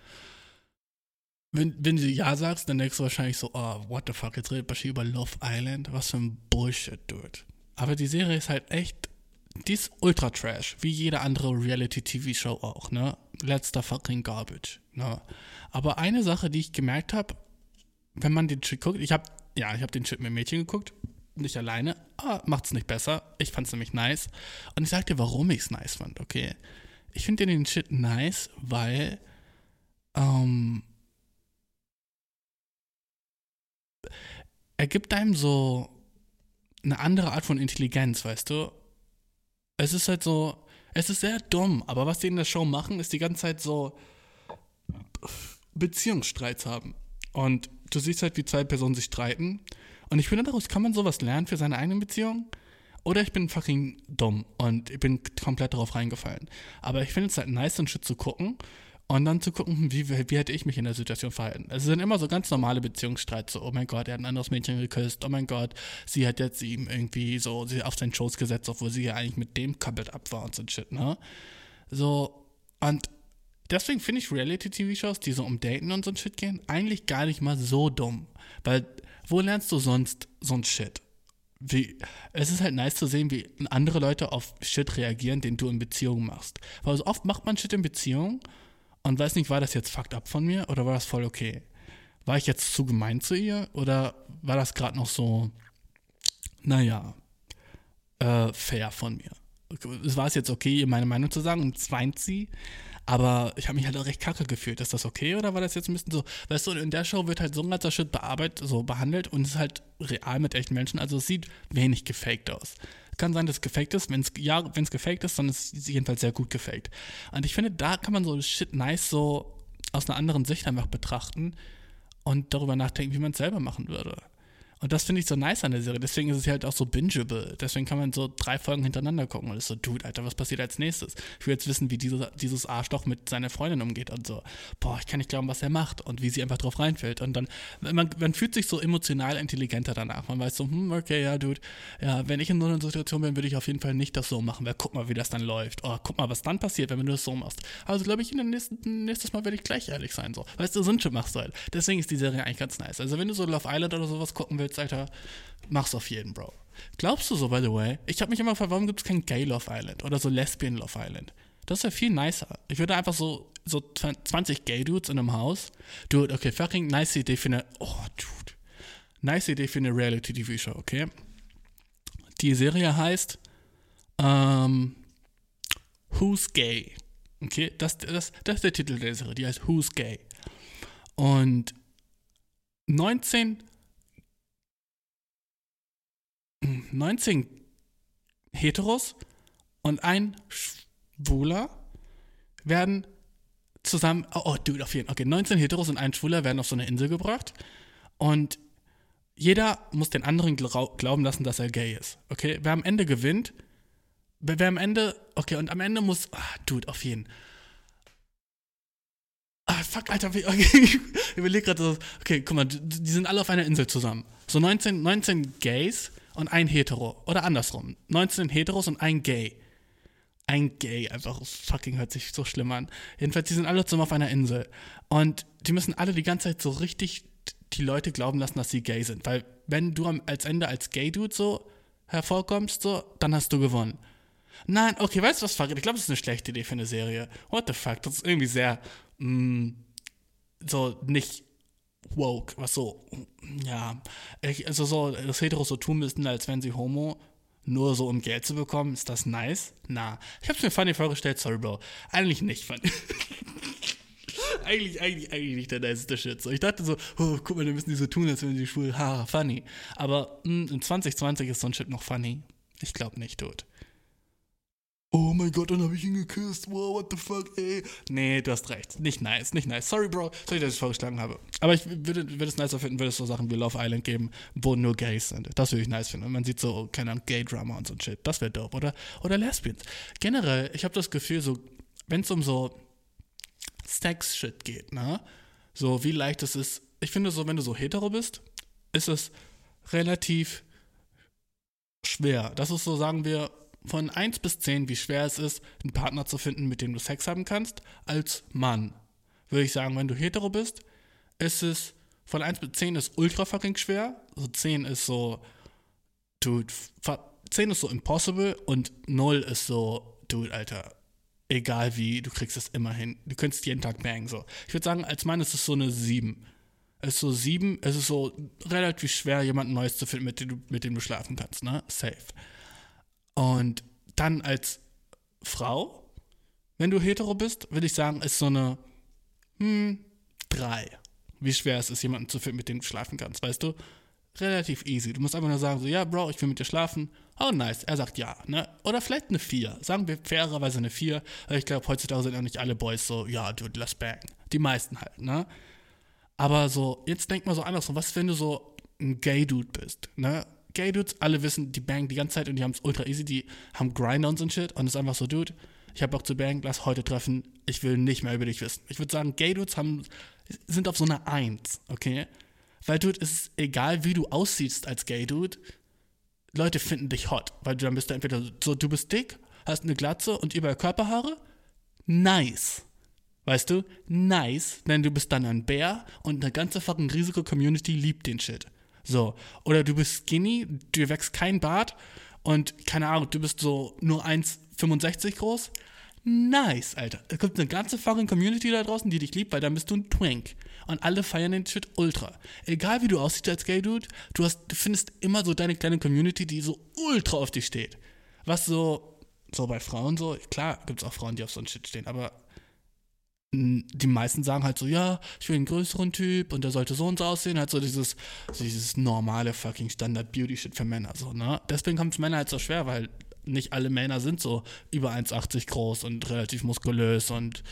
Wenn du ja sagst, dann denkst du wahrscheinlich so, oh, what the fuck, jetzt redet Bashir über Love Island? Was für ein Bullshit, dude. Aber die Serie ist halt echt, die ist ultra trash, wie jede andere Reality-TV-Show auch, ne? Letzter fucking Garbage, ne? Aber eine Sache, die ich gemerkt habe, wenn man den Shit guckt, ich hab den Shit mit Mädchen geguckt, nicht alleine, macht's nicht besser. Ich fand's nämlich nice. Und ich sag dir, warum ich's nice fand, okay? Ich finde den Shit nice, weil, er gibt einem so eine andere Art von Intelligenz, weißt du? Es ist halt so, es ist sehr dumm, aber was die in der Show machen, ist die ganze Zeit so Beziehungsstreits haben. Und du siehst halt, wie zwei Personen sich streiten. Und ich finde, daraus kann man sowas lernen für seine eigene Beziehung. Oder ich bin fucking dumm und ich bin komplett darauf reingefallen. Aber ich finde es halt nice, so einen Shit zu gucken und dann zu gucken, wie hätte ich mich in der Situation verhalten. Es sind immer so ganz normale Beziehungsstreits, so, oh mein Gott, er hat ein anderes Mädchen geküsst, oh mein Gott, sie hat jetzt ihm irgendwie so sie auf seinen Schoß gesetzt, obwohl sie ja eigentlich mit dem Coupled up war und so ein Shit, ne? So, und deswegen finde ich Reality-TV-Shows, die so um Daten und so ein Shit gehen, eigentlich gar nicht mal so dumm. Weil, wo lernst du sonst so ein Shit? Es ist halt nice zu sehen, wie andere Leute auf Shit reagieren, den du in Beziehungen machst. Weil so oft macht man Shit in Beziehungen und weiß nicht, war das jetzt fucked up von mir oder war das voll okay? War ich jetzt zu gemein zu ihr oder war das gerade noch so, naja, fair von mir? Es war es jetzt okay, ihr meine Meinung zu sagen und zweint sie, aber ich habe mich halt auch recht kacke gefühlt. Ist das okay oder war das jetzt ein bisschen so, weißt du, in der Show wird halt so ein ganzer Shit behandelt und es ist halt real mit echten Menschen, also es sieht wenig gefaked aus. Kann sein, dass es gefaked ist, wenn es gefaked ist, dann ist es jedenfalls sehr gut gefaked. Und ich finde, da kann man so Shit nice so aus einer anderen Sicht einfach betrachten und darüber nachdenken, wie man es selber machen würde. Und das finde ich so nice an der Serie. Deswegen ist es halt auch so bingeable. Deswegen kann man so 3 Folgen hintereinander gucken und ist so, Dude, Alter, was passiert als nächstes? Ich will jetzt wissen, wie dieses Arschloch mit seiner Freundin umgeht und so. Boah, ich kann nicht glauben, was er macht und wie sie einfach drauf reinfällt. Und dann, man fühlt sich so emotional intelligenter danach. Man weiß so, okay, ja, Dude, ja, wenn ich in so einer Situation bin, würde ich auf jeden Fall nicht das so machen, weil guck mal, wie das dann läuft. Oh, guck mal, was dann passiert, wenn du das so machst. Also, glaube ich, nächstes Mal werde ich gleich ehrlich sein, so. Weißt du, so ein Shit machst du halt. Deswegen ist die Serie eigentlich ganz nice. Also, wenn du so Love Island oder sowas gucken willst, Alter, mach's auf jeden, Bro. Glaubst du so, by the way? Ich habe mich immer gefragt, warum gibt es kein Gay Love Island oder so Lesbian Love Island? Das ist ja viel nicer. Ich würde einfach so 20 Gay-Dudes in einem Haus. Dude, okay, fucking nice Idee für eine, nice Idee für eine Reality-TV-Show, okay? Die Serie heißt, Who's Gay? Okay, das ist der Titel der Serie, die heißt Who's Gay? Und 19 Heteros und ein Schwuler werden zusammen, Dude, auf jeden Fall, okay, 19 Heteros und ein Schwuler werden auf so eine Insel gebracht und jeder muss den anderen glauben lassen, dass er gay ist, okay, wer am Ende gewinnt, und am Ende muss, Dude, auf jeden fuck, Alter, ich überlege gerade so, okay, guck mal, die sind alle auf einer Insel zusammen, so 19 Gays und ein Hetero. Oder andersrum. 19 Heteros und ein Gay. Ein Gay, einfach fucking hört sich so schlimm an. Jedenfalls, die sind alle zusammen auf einer Insel. Und die müssen alle die ganze Zeit so richtig die Leute glauben lassen, dass sie gay sind. Weil wenn du als Ende als Gay-Dude so hervorkommst, so, dann hast du gewonnen. Nein, okay, weißt du was, fuck it? Ich glaube, das ist eine schlechte Idee für eine Serie. What the fuck? Das ist irgendwie sehr, so nicht woke, was so, ja, also so, dass Heteros so tun müssten, als wären sie homo, nur so um Geld zu bekommen, ist das nice? Na, ich hab's mir funny vorgestellt, sorry, Bro, eigentlich nicht funny. eigentlich nicht der niceste Shit, so, ich dachte so, guck mal, dann müssen die so tun, als wären sie schwul, funny, aber in 2020 ist so ein Shit noch funny, ich glaub nicht, Dude. Oh mein Gott, dann habe ich ihn geküsst. Wow, what the fuck, ey. Nee, du hast recht. Nicht nice. Sorry, Bro. Sorry, dass ich es vorgeschlagen habe. Aber ich würde es nicer finden, würde es so Sachen wie Love Island geben, wo nur Gays sind. Das würde ich nice finden. Und man sieht so, keine Ahnung, Gay-Drama und so ein Shit. Das wäre dope. Oder Lesbians. Generell, ich habe das Gefühl, so, wenn es um so Sex-Shit geht, ne? So, wie leicht es ist. Ich finde so, wenn du so hetero bist, ist es relativ schwer. Das ist so, sagen wir, von 1 bis 10, wie schwer es ist, einen Partner zu finden, mit dem du Sex haben kannst, als Mann. Würde ich sagen, wenn du hetero bist, ist es von 1 bis 10 ist ultra fucking schwer. Also 10 ist so, Dude, 10 ist so impossible und 0 ist so, Dude, Alter, egal wie, du kriegst es immer hin. Du könntest jeden Tag bangen, so. Ich würde sagen, als Mann ist es so eine 7. Es ist so 7, es ist so relativ schwer, jemanden Neues zu finden, mit dem du schlafen kannst, ne? Safe. Und dann als Frau, wenn du hetero bist, würde ich sagen, ist so eine 3. Wie schwer es ist, jemanden zu finden, mit dem du schlafen kannst, weißt du? Relativ easy. Du musst einfach nur sagen, so, ja, Bro, ich will mit dir schlafen. Oh, nice. Er sagt ja, ne? Oder vielleicht eine 4. Sagen wir fairerweise eine 4. Weil ich glaube, heutzutage sind auch nicht alle Boys so, ja, dude, lass bang. Die meisten halt, ne? Aber so, jetzt denk mal so andersrum. Was, wenn du so ein Gay-Dude bist, ne? Gay-Dudes, alle wissen, die bangen die ganze Zeit und die haben es ultra easy, die haben Grinder und so ein Shit und es ist einfach so, Dude, ich hab Bock zu bangen, lass heute treffen, ich will nicht mehr über dich wissen. Ich würde sagen, Gay-Dudes sind auf so einer 1, okay? Weil, Dude, es ist egal, wie du aussiehst als Gay-Dude, Leute finden dich hot, weil dann bist du entweder so, du bist dick, hast eine Glatze und überall Körperhaare, nice. Weißt du? Nice, denn du bist dann ein Bär und eine ganze fucking riesige Community liebt den Shit. So, oder du bist skinny, dir wächst kein Bart und, keine Ahnung, du bist so nur 1,65 groß. Nice, Alter. Es gibt eine ganze fucking Community da draußen, die dich liebt, weil dann bist du ein Twink. Und alle feiern den Shit ultra. Egal wie du aussiehst als Gay-Dude, du findest immer so deine kleine Community, die so ultra auf dich steht. Was so bei Frauen so, klar gibt's auch Frauen, die auf so einen Shit stehen, aber die meisten sagen halt so, ja, ich will einen größeren Typ und der sollte so und so aussehen, halt so dieses normale fucking Standard-Beauty-Shit für Männer, so, ne? Deswegen haben es Männer halt so schwer, weil nicht alle Männer sind so über 1,80 groß und relativ muskulös und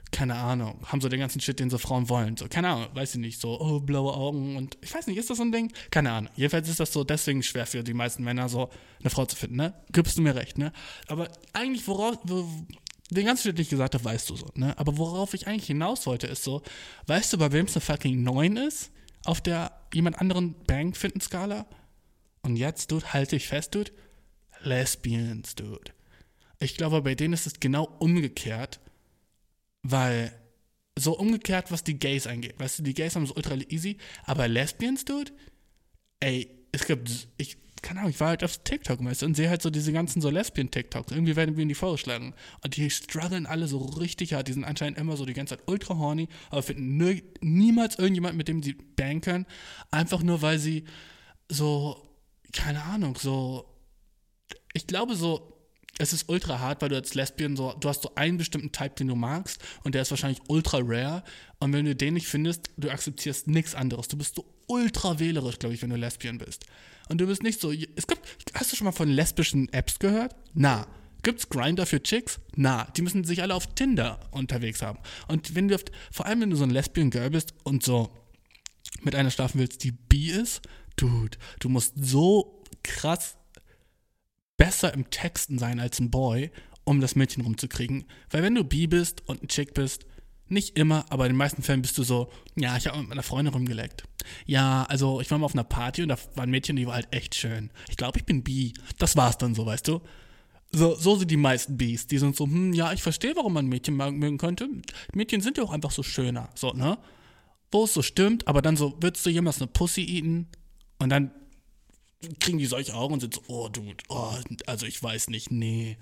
keine Ahnung, haben so den ganzen Shit, den so Frauen wollen. So, keine Ahnung, weiß ich nicht, so, oh, blaue Augen und ich weiß nicht, ist das so ein Ding? Keine Ahnung. Jedenfalls ist das so deswegen schwer für die meisten Männer, so eine Frau zu finden, ne? Gibst du mir recht, ne? Aber eigentlich, den ganzen Shit, den ich gesagt habe, weißt du so, ne? Aber worauf ich eigentlich hinaus wollte, ist so, weißt du, bei wem es eine fucking 9 ist? Auf der jemand anderen Bang-Finden-Skala? Und jetzt, Dude, halte ich fest, Dude, Lesbians, Dude. Ich glaube, bei denen ist es genau umgekehrt, weil so umgekehrt, was die Gays angeht. Weißt du, die Gays haben es ultra easy, aber Lesbians, Dude, ey, keine Ahnung, ich war halt auf TikTok, weißt du, und sehe halt so diese ganzen so Lesbien-TikToks. Irgendwie werden wir in die vorgeschlagen. Und die strugglen alle so richtig hart. Die sind anscheinend immer so die ganze Zeit ultra horny, aber finden niemals irgendjemand, mit dem sie bangen können. Einfach nur, weil sie so, keine Ahnung, so, ich glaube so, es ist ultra hart, weil du als Lesbian so, du hast so einen bestimmten Type, den du magst und der ist wahrscheinlich ultra rare und wenn du den nicht findest, du akzeptierst nichts anderes. Du bist so ultra wählerisch, glaube ich, wenn du Lesbian bist. Und du bist nicht so, hast du schon mal von lesbischen Apps gehört? Na. Gibt's Grindr für Chicks? Na. Die müssen sich alle auf Tinder unterwegs haben. Und wenn du, vor allem wenn du so ein Lesbian Girl bist und so mit einer schlafen willst, die bi ist, Dude, du musst so krass besser im Texten sein als ein Boy, um das Mädchen rumzukriegen. Weil wenn du bi bist und ein Chick bist, nicht immer, aber in den meisten Fällen bist du so, ja, ich habe mit meiner Freundin rumgeleckt. Ja, also ich war mal auf einer Party und da war ein Mädchen, die war halt echt schön. Ich glaube, ich bin bi. Das war's dann so, weißt du? So sind die meisten Bs. Die sind so, ja, ich verstehe, warum man Mädchen mögen könnte. Mädchen sind ja auch einfach so schöner. So, ne? Wo es so stimmt, aber dann so, würdest du jemals eine Pussy eaten? Und dann kriegen die solche Augen und sind so, oh, Dude, oh, also ich weiß nicht, nee,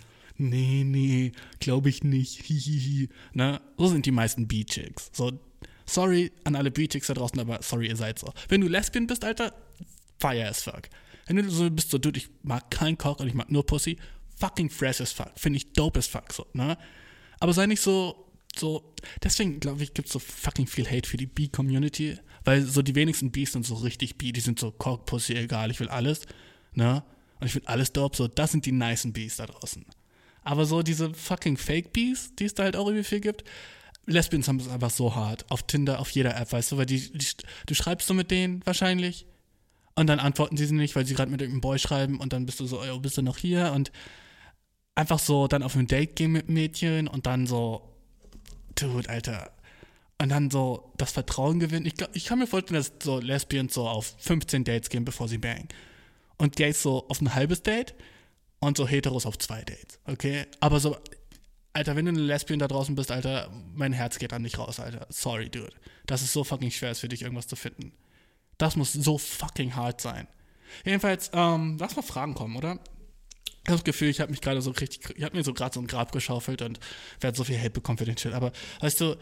glaube ich nicht, hihihi. Ne? So sind die meisten B-Chicks. So, sorry an alle B-Chicks da draußen, aber sorry, ihr seid so. Wenn du Lesbian bist, Alter, fire as fuck. Wenn du so bist, so, Dude, ich mag keinen Cock und ich mag nur Pussy, fucking fresh as fuck, finde ich dope as fuck, so, ne? Aber sei nicht so, deswegen, glaube ich, gibt es so fucking viel Hate für die B-Community, weil so die wenigsten Bs sind so richtig B, die sind so Cock, Pussy, egal, ich will alles, ne? Und ich will alles dope, so, das sind die nicen Bs da draußen. Aber so diese fucking Fake-Bs, die es da halt auch irgendwie viel gibt, Lesbians haben es einfach so hart, auf Tinder, auf jeder App, weißt du, weil du schreibst so mit denen wahrscheinlich und dann antworten sie nicht, weil sie gerade mit irgendeinem Boy schreiben und dann bist du so, oh, bist du noch hier? Und einfach so dann auf ein Date gehen mit Mädchen und dann so, Dude, Alter. Und dann so das Vertrauen gewinnen. Ich kann mir vorstellen, dass so Lesbians so auf 15 Dates gehen, bevor sie bangen. Und Gays so auf ein halbes Date und so Heteros auf 2 Dates, okay? Aber so, Alter, wenn du eine Lesbian da draußen bist, Alter, mein Herz geht an dich raus, Alter. Sorry, Dude. Das ist so fucking schwer, für dich irgendwas zu finden. Das muss so fucking hart sein. Jedenfalls, lass mal Fragen kommen, oder? Ich habe das Gefühl, ich habe mir gerade so ein Grab geschaufelt und werde so viel Hate bekommen für den Shit. Aber weißt du,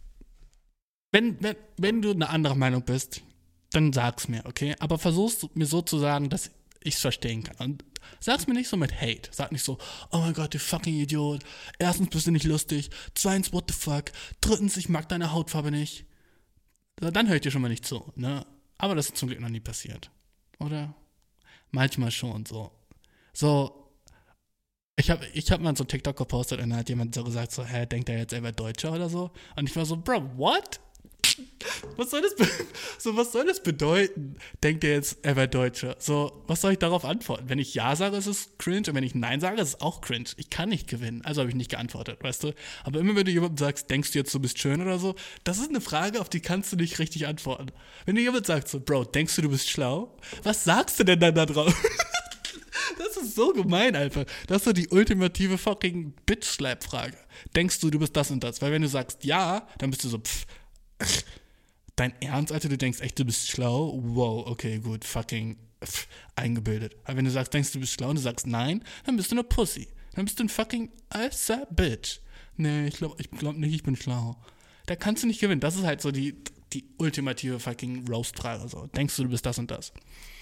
wenn du eine andere Meinung bist, dann sag's mir, okay? Aber versuch's mir so zu sagen, dass ich's verstehen kann. Und sag's mir nicht so mit Hate. Sag nicht so, oh mein Gott, du fucking Idiot. Erstens bist du nicht lustig. Zweitens, what the fuck. Drittens, ich mag deine Hautfarbe nicht. Dann höre ich dir schon mal nicht zu, ne? Aber das ist zum Glück noch nie passiert. Oder? Manchmal schon so. So, ich hab mal so TikTok gepostet und dann hat jemand so gesagt, so, denkt er jetzt, er wäre Deutscher oder so? Und ich war so, Bro, what? Was soll das bedeuten? Denkt er jetzt, er wäre Deutscher? So, was soll ich darauf antworten? Wenn ich Ja sage, ist es cringe und wenn ich Nein sage, ist es auch cringe. Ich kann nicht gewinnen, also habe ich nicht geantwortet, weißt du? Aber immer wenn du jemandem sagst, denkst du jetzt, du bist schön oder so, das ist eine Frage, auf die kannst du nicht richtig antworten. Wenn dir jemand sagt so, Bro, denkst du bist schlau? Was sagst du denn dann da drauf? Das ist so gemein, Alter. Das ist so die ultimative fucking Bitch-Slap-Frage. Denkst du bist das und das? Weil wenn du sagst ja, dann bist du so, dein Ernst, Alter, du denkst echt, du bist schlau? Wow, okay, gut, fucking eingebildet. Aber wenn du sagst, denkst du bist schlau und du sagst nein, dann bist du eine Pussy. Dann bist du ein fucking alter Bitch. Nee, ich glaub nicht, ich bin schlau. Da kannst du nicht gewinnen. Das ist halt so die ultimative fucking Roast-Frage. So. Denkst du bist das und das?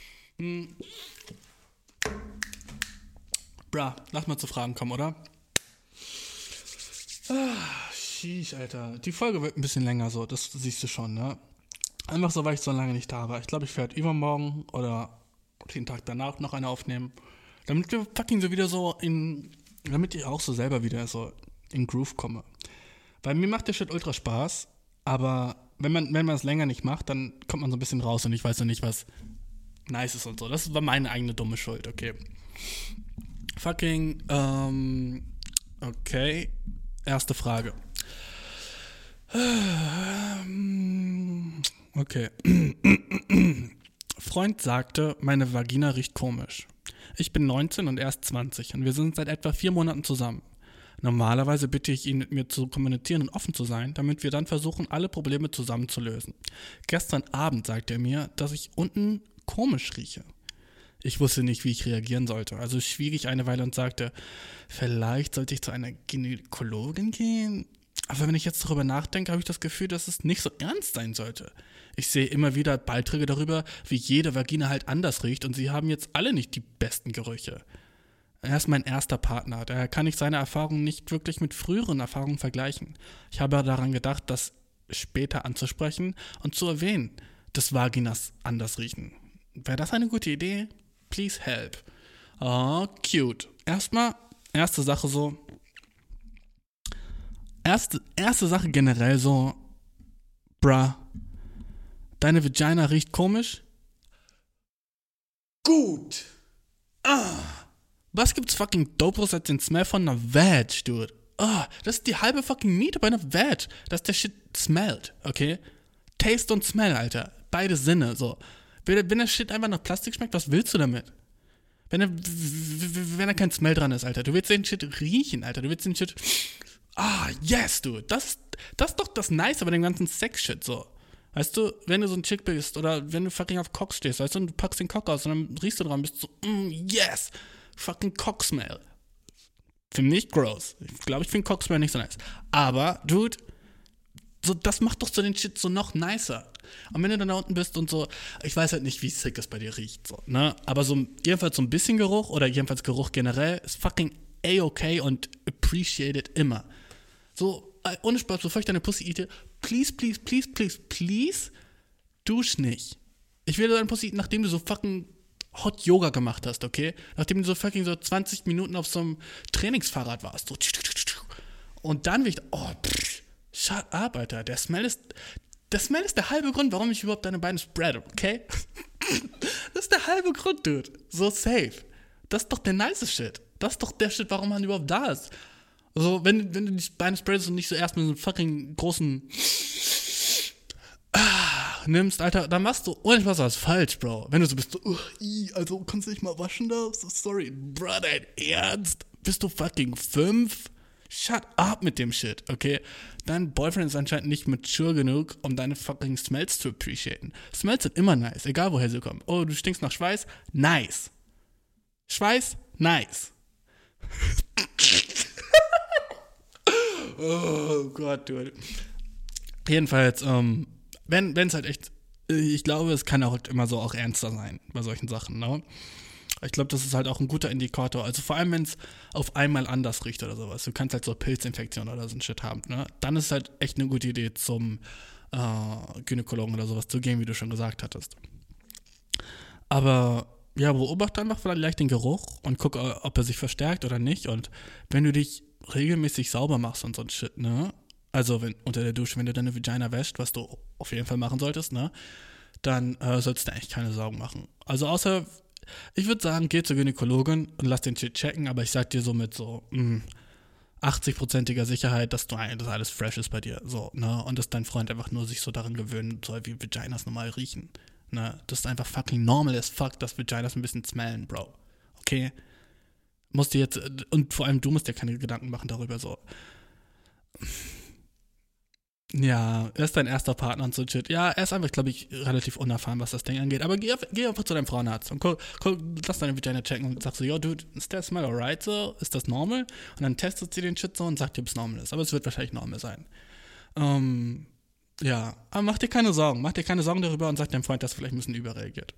Bra, lass mal zu Fragen kommen, oder? Sheesh, Alter. Die Folge wird ein bisschen länger so, das siehst du schon, ne? Einfach so, weil ich so lange nicht da war. Ich glaube, ich werde übermorgen oder den Tag danach noch eine aufnehmen. Damit wir fucking so wieder so damit ich auch so selber wieder so in Groove komme. Weil mir macht der Shit ultra Spaß, aber wenn man es länger nicht macht, dann kommt man so ein bisschen raus und ich weiß noch nicht, was nice ist und so. Das war meine eigene dumme Schuld, okay. Fucking, okay. Erste Frage. Okay. Freund sagte, meine Vagina riecht komisch. Ich bin 19 und er ist 20 und wir sind seit etwa 4 Monaten zusammen. Normalerweise bitte ich ihn, mit mir zu kommunizieren und offen zu sein, damit wir dann versuchen, alle Probleme zusammen zu lösen. Gestern Abend sagte er mir, dass ich unten komisch rieche. Ich wusste nicht, wie ich reagieren sollte, also schwieg ich eine Weile und sagte, vielleicht sollte ich zu einer Gynäkologin gehen? Aber wenn ich jetzt darüber nachdenke, habe ich das Gefühl, dass es nicht so ernst sein sollte. Ich sehe immer wieder Beiträge darüber, wie jede Vagina halt anders riecht und sie haben jetzt alle nicht die besten Gerüche. Er ist mein erster Partner, daher kann ich seine Erfahrungen nicht wirklich mit früheren Erfahrungen vergleichen. Ich habe daran gedacht, das später anzusprechen und zu erwähnen, dass Vaginas anders riechen. Wäre das eine gute Idee? Please help. Oh, cute. Erste Sache so. Erste Sache generell so. Bruh. Deine Vagina riecht komisch? Gut. Was gibt's fucking Doperes als den Smell von einer Vag, dude? Das ist die halbe fucking Miete bei einer Vag. Dass der Shit smellt, okay? Taste und Smell, Alter. Beide Sinne, so. Wenn der Shit einfach nach Plastik schmeckt, was willst du damit? Wenn da kein Smell dran ist, Alter. Du willst den Shit riechen, Alter. Du willst den Shit... yes, dude. Das ist doch das Nice bei dem ganzen Sex-Shit, so. Weißt du, wenn du so ein Chick bist oder wenn du fucking auf Cock stehst, weißt du, und du packst den Cock aus und dann riechst du dran und bist so, yes, fucking Cock-Smell. Für mich gross. Ich glaube, ich finde Cock-Smell nicht so nice. Aber, dude, so, das macht doch so den Shit so noch nicer. Und wenn du dann da unten bist und so, ich weiß halt nicht, wie sick es bei dir riecht, so, ne? Aber so, jedenfalls so ein bisschen Geruch oder jedenfalls Geruch generell ist fucking A-okay und appreciated immer. So, ohne Spaß, bevor ich deine Pussy eate, please, please, please, please, please, dusch nicht. Ich will deine Pussy eaten, nachdem du so fucking Hot Yoga gemacht hast, okay? Nachdem du so fucking so 20 Minuten auf so einem Trainingsfahrrad warst, so. Und dann will ich, shut up, Alter. Der Smell ist der halbe Grund, warum ich überhaupt deine Beine spread, okay? Das ist der halbe Grund, dude. So safe. Das ist doch der nice Shit. Das ist doch der Shit, warum man überhaupt da ist. Also, wenn du die Beine spreadest und nicht so erst mit so einem fucking großen nimmst, Alter, dann machst du ohne was falsch, Bro. Wenn du so bist, so, also kannst du dich mal waschen da? So, sorry, Bro, dein Ernst? Bist du fucking 5? Shut up mit dem Shit, okay? Dein Boyfriend ist anscheinend nicht mature genug, um deine fucking Smells zu appreciaten. Smells sind immer nice, egal woher sie kommen. Oh, du stinkst nach Schweiß? Nice. Schweiß? Nice. Oh Gott, dude. Jedenfalls, wenn es halt echt, ich glaube, es kann auch immer so auch ernster sein bei solchen Sachen, ne? Ich glaube, das ist halt auch ein guter Indikator. Also vor allem, wenn es auf einmal anders riecht oder sowas. Du kannst halt so Pilzinfektionen oder so ein Shit haben, ne? Dann ist es halt echt eine gute Idee, zum Gynäkologen oder sowas zu gehen, wie du schon gesagt hattest. Aber ja, beobachte einfach vielleicht den Geruch und guck, ob er sich verstärkt oder nicht. Und wenn du dich regelmäßig sauber machst und so ein Shit, ne? Also unter der Dusche, wenn du deine Vagina wäschst, was du auf jeden Fall machen solltest, ne? Dann solltest du eigentlich keine Sorgen machen. Also außer, ich würde sagen, geh zur Gynäkologin und lass den Shit checken, aber ich sag dir so mit so 80%iger Sicherheit, dass alles fresh ist bei dir, so, ne? Und dass dein Freund einfach nur sich so daran gewöhnen soll, wie Vaginas normal riechen, ne? Das ist einfach fucking normal as fuck, dass Vaginas ein bisschen smellen, Bro. Okay? Musst du jetzt, und vor allem du musst dir keine Gedanken machen darüber, so. Ja, er ist dein erster Partner und so Shit. Ja, er ist einfach, glaube ich, relativ unerfahren, was das Ding angeht. Aber geh einfach zu deinem Frauenarzt und guck, lass deine Vagina checken und sagst so, yo, dude, ist der Smell alright so? Ist das normal? Und dann testet sie den Shit so und sagt dir, ob es normal ist. Aber es wird wahrscheinlich normal sein. Ja, aber mach dir keine Sorgen. Mach dir keine Sorgen darüber und sag deinem Freund, dass er vielleicht ein bisschen überreagiert.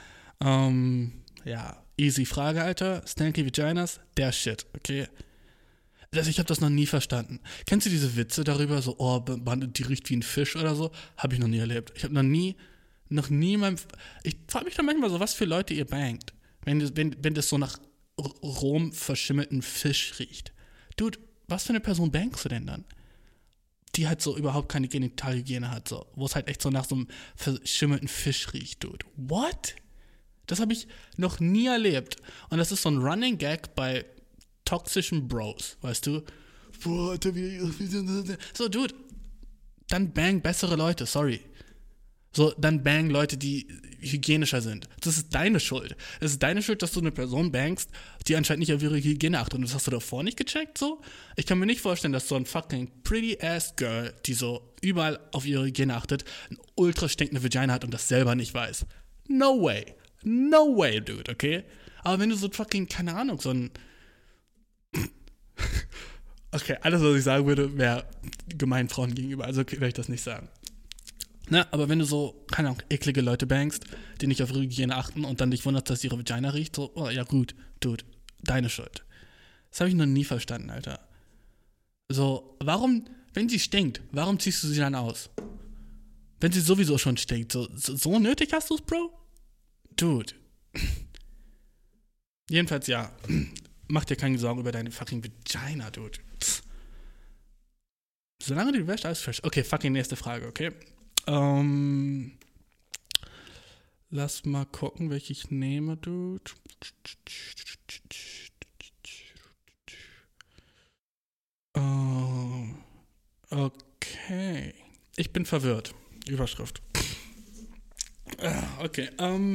Ja, easy Frage, Alter. Stanky Vaginas, der Shit, okay? Ich habe das noch nie verstanden. Kennst du diese Witze darüber, so, oh, die riecht wie ein Fisch oder so? Habe ich noch nie erlebt. Ich habe noch nie ich frage mich dann manchmal so, was für Leute ihr bangt, wenn das so nach rohem, verschimmelten Fisch riecht. Dude, was für eine Person bangst du denn dann? die halt so überhaupt keine Genitalhygiene hat, so, wo es halt echt so nach so einem verschimmelten Fisch riecht, dude. What? Das habe ich noch nie erlebt. Und das ist so ein Running Gag bei toxischen Bros, weißt du? Boah, Alter, so, dude, dann bang bessere Leute, sorry. So, dann bang Leute, die hygienischer sind. Das ist deine Schuld. Es ist deine Schuld, dass du eine Person bangst, die anscheinend nicht auf ihre Hygiene achtet. Und das hast du davor nicht gecheckt, so? Ich kann mir nicht vorstellen, dass so ein fucking pretty-ass Girl, die so überall auf ihre Hygiene achtet, eine ultra stinkende Vagina hat und das selber nicht weiß. No way. No way, dude, okay? Aber wenn du so fucking, keine Ahnung, so ein... Okay, alles, was ich sagen würde, wäre gemein Frauen gegenüber. Also werde ich das nicht sagen. Na, aber wenn du so, keine Ahnung, eklige Leute bangst, die nicht auf ihre Hygiene achten und dann dich wunderst, dass ihre Vagina riecht, so, oh ja gut, dude, deine Schuld. Das habe ich noch nie verstanden, Alter. So, warum, wenn sie stinkt, warum ziehst du sie dann aus? Wenn sie sowieso schon stinkt, so nötig hast du es, Bro? Dude. Jedenfalls, ja, mach dir keine Sorgen über deine fucking Vagina, dude. Solange du wäschst, alles fresh. Okay, fucking nächste Frage, okay? Lass mal gucken, welche ich nehme, dude. Okay. Ich bin verwirrt. Überschrift. Okay,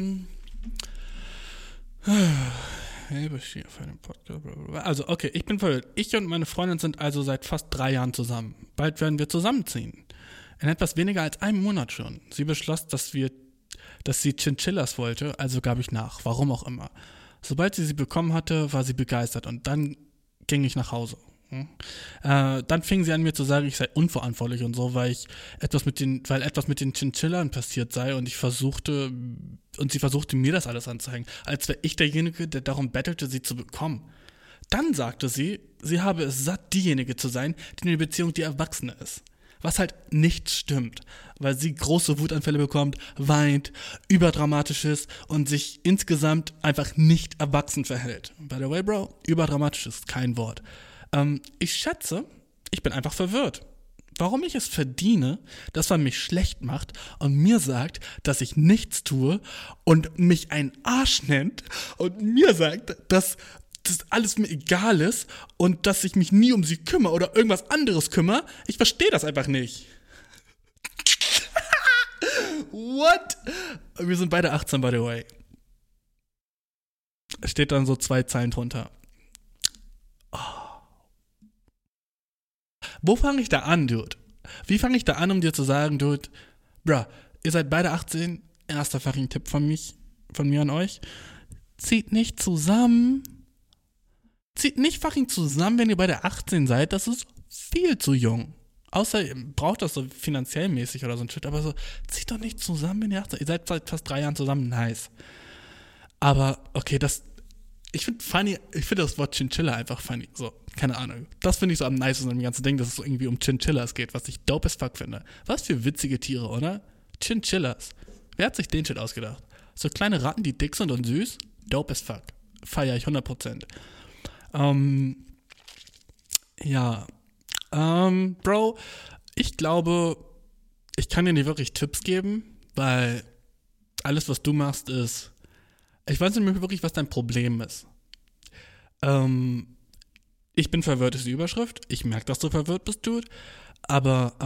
Also, okay, ich bin verwirrt. Ich und meine Freundin sind also seit fast 3 Jahren zusammen. Bald werden wir zusammenziehen. In etwas weniger als einem Monat schon. Sie beschloss, dass sie Chinchillas wollte, also gab ich nach, warum auch immer. Sobald sie bekommen hatte, war sie begeistert und dann ging ich nach Hause. Dann fing sie an mir zu sagen, ich sei unverantwortlich und so, weil etwas mit den Chinchillas passiert sei und sie versuchte mir das alles anzuhängen, als wäre ich derjenige, der darum bettelte, sie zu bekommen. Dann sagte sie habe es satt, diejenige zu sein, die in der Beziehung die Erwachsene ist. Was halt nicht stimmt, weil sie große Wutanfälle bekommt, weint, überdramatisch ist und sich insgesamt einfach nicht erwachsen verhält. By the way, Bro, überdramatisch ist kein Wort. Ich schätze, ich bin einfach verwirrt. Warum ich es verdiene, dass man mich schlecht macht und mir sagt, dass ich nichts tue und mich einen Arsch nennt und mir sagt, dass das alles mir egal ist und dass ich mich nie um sie kümmere oder irgendwas anderes kümmere. Ich verstehe das einfach nicht. What? Wir sind beide 18, by the way. Steht dann so 2 Zeilen drunter. Oh. Wo fange ich da an, Dude? Wie fange ich da an, um dir zu sagen, Dude, bruh, ihr seid beide 18, erster fucking Tipp von mir an euch, zieht nicht zusammen. Zieht nicht fucking zusammen, wenn ihr beide 18 seid, das ist viel zu jung. Außer ihr braucht das so finanziell mäßig oder so ein Shit, aber so, zieht doch nicht zusammen, wenn ihr 18 seid. Ihr seid seit fast 3 Jahren zusammen, nice. Aber, okay, ich finde das Wort Chinchilla einfach funny, so, keine Ahnung. Das finde ich so am nicesten an dem ganzen Ding, dass es so irgendwie um Chinchillas geht, was ich dope as fuck finde. Was für witzige Tiere, oder? Chinchillas. Wer hat sich den Shit ausgedacht? So kleine Ratten, die dick sind und süß? Dope as fuck. Feier ich 100%. Bro, ich glaube, ich kann dir nicht wirklich Tipps geben, weil alles, was du machst, ist, ich weiß nicht mehr wirklich, was dein Problem ist. Ich bin verwirrt, ist die Überschrift. Ich merke, dass du verwirrt bist, Dude. Aber,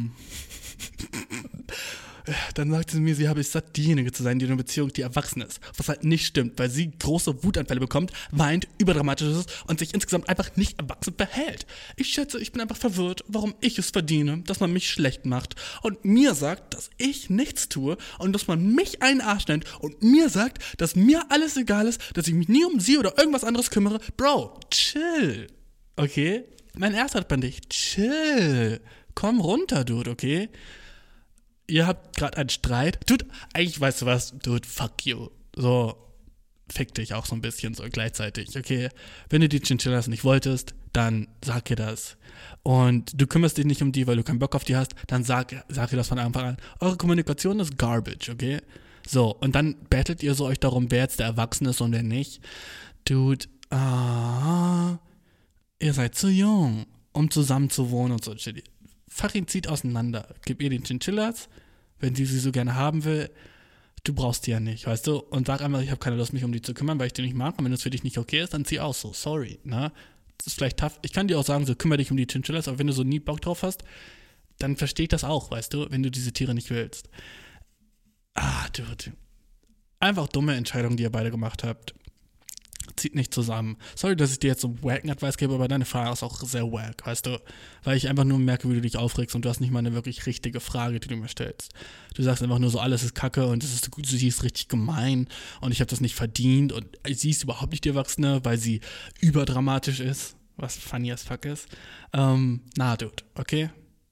dann sagt sie mir, sie habe es satt, diejenige zu sein, die in einer Beziehung die erwachsen ist. Was halt nicht stimmt, weil sie große Wutanfälle bekommt, weint, überdramatisch ist und sich insgesamt einfach nicht erwachsen verhält. Ich schätze, ich bin einfach verwirrt, warum ich es verdiene, dass man mich schlecht macht und mir sagt, dass ich nichts tue und dass man mich einen Arsch nennt und mir sagt, dass mir alles egal ist, dass ich mich nie um sie oder irgendwas anderes kümmere. Bro, chill. Okay? Mein erster Tipp an dich. Chill. Komm runter, Dude, okay? Ihr habt gerade einen Streit. Dude, eigentlich weißt du was, Dude, fuck you. So, fick dich auch so ein bisschen so gleichzeitig, okay? Wenn du die Chinchillas nicht wolltest, dann sag ihr das. Und du kümmerst dich nicht um die, weil du keinen Bock auf die hast, dann sag ihr das von Anfang an. Eure Kommunikation ist garbage, okay? So, und dann bettelt ihr so euch darum, wer jetzt der Erwachsene ist und wer nicht. Dude, ihr seid zu jung, um zusammen zu wohnen und so. fucking zieht auseinander. Gib ihr den Chinchillas, wenn sie so gerne haben will. Du brauchst die ja nicht, weißt du? Und sag einfach, ich habe keine Lust, mich um die zu kümmern, weil ich die nicht mag. Und wenn es für dich nicht okay ist, dann zieh aus so. Sorry, ne? Das ist vielleicht tough. Ich kann dir auch sagen, so kümmere dich um die Chinchillas, aber wenn du so nie Bock drauf hast, dann verstehe ich das auch, weißt du, wenn du diese Tiere nicht willst. Dude. Einfach dumme Entscheidung, die ihr beide gemacht habt. Zieht nicht zusammen. Sorry, dass ich dir jetzt so wacken Advice gebe, aber deine Frage ist auch sehr wack, weißt du? Weil ich einfach nur merke, wie du dich aufregst und du hast nicht mal eine wirklich richtige Frage, die du mir stellst. Du sagst einfach nur so, alles ist Kacke und sie ist richtig gemein und ich habe das nicht verdient und sie ist überhaupt nicht die Erwachsene, weil sie überdramatisch ist, was funny as fuck ist. Dude, okay?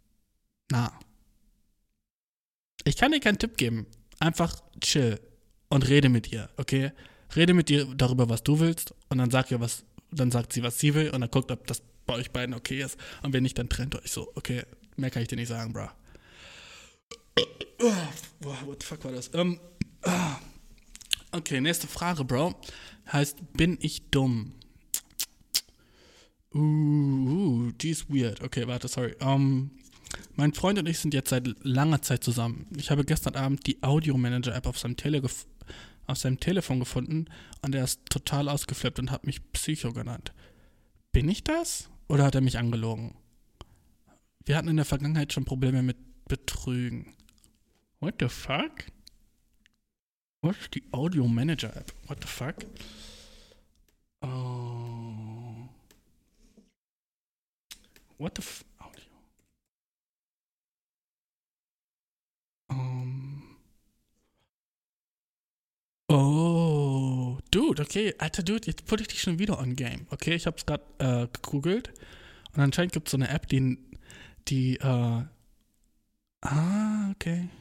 Ich kann dir keinen Tipp geben. Einfach chill und rede mit ihr, okay? Rede mit ihr darüber, was du willst und dann sagt sie, was sie will und dann guckt, ob das bei euch beiden okay ist und wenn nicht, dann trennt euch so, okay? Mehr kann ich dir nicht sagen, bro. What the fuck war das? Okay, nächste Frage, Bro. Heißt, bin ich dumm? Die ist weird. Okay, warte, sorry. Mein Freund und ich sind jetzt seit langer Zeit zusammen. Ich habe gestern Abend die Audio-Manager-App auf seinem Telefon gefunden und er ist total ausgeflippt und hat mich Psycho genannt. Bin ich das? Oder hat er mich angelogen? Wir hatten in der Vergangenheit schon Probleme mit Betrügen. What the fuck? Was ist die Audio-Manager-App? What the fuck? What the fuck? Audio. Dude, okay, alter Dude, jetzt put ich dich schon wieder on game. Okay, ich hab's gerade gegoogelt und anscheinend gibt's so eine App, okay.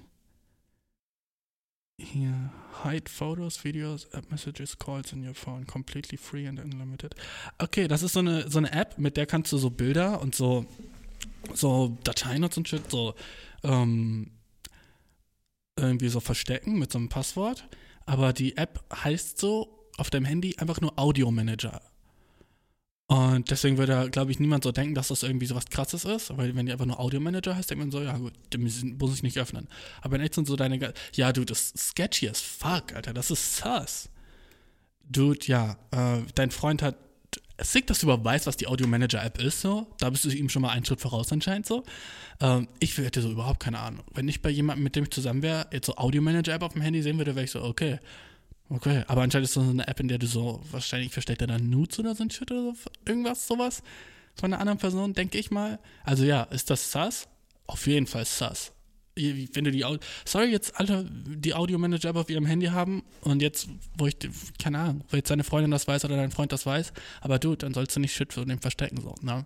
Hier, hide Photos, Videos, App Messages, Calls in your phone, completely free and unlimited. Okay, das ist so eine App, mit der kannst du so Bilder und so Dateien und so ein Shit so irgendwie so verstecken mit so einem Passwort. Aber die App heißt so auf deinem Handy einfach nur Audio Manager. Und deswegen würde da, glaube ich, niemand so denken, dass das irgendwie so was Krasses ist. Weil wenn die einfach nur Audio Manager heißt, denkt man so, ja gut, den muss ich nicht öffnen. Aber in echt sind so ja, Dude, das ist sketchy as fuck, Alter, das ist sus. Dude, ja, dein Freund hat, sick, dass du überhaupt weißt, was die Audio Manager App ist, so. Da bist du ihm schon mal einen Schritt voraus anscheinend, so. Ich hätte so überhaupt keine Ahnung. Wenn ich bei jemandem, mit dem ich zusammen wäre, jetzt so Audio Manager App auf dem Handy sehen würde, wäre ich so, okay, aber anscheinend ist das so eine App, in der du so, wahrscheinlich versteckt er dann Nudes oder so ein Shit oder so, sowas von einer anderen Person, denke ich mal. Also ja, ist das sus? Auf jeden Fall sus. Wenn du sorry, jetzt alle die Audio-Manager-App auf ihrem Handy haben und jetzt, keine Ahnung, wo jetzt deine Freundin das weiß oder dein Freund das weiß, aber du, dann sollst du nicht Shit für den verstecken, so, ne?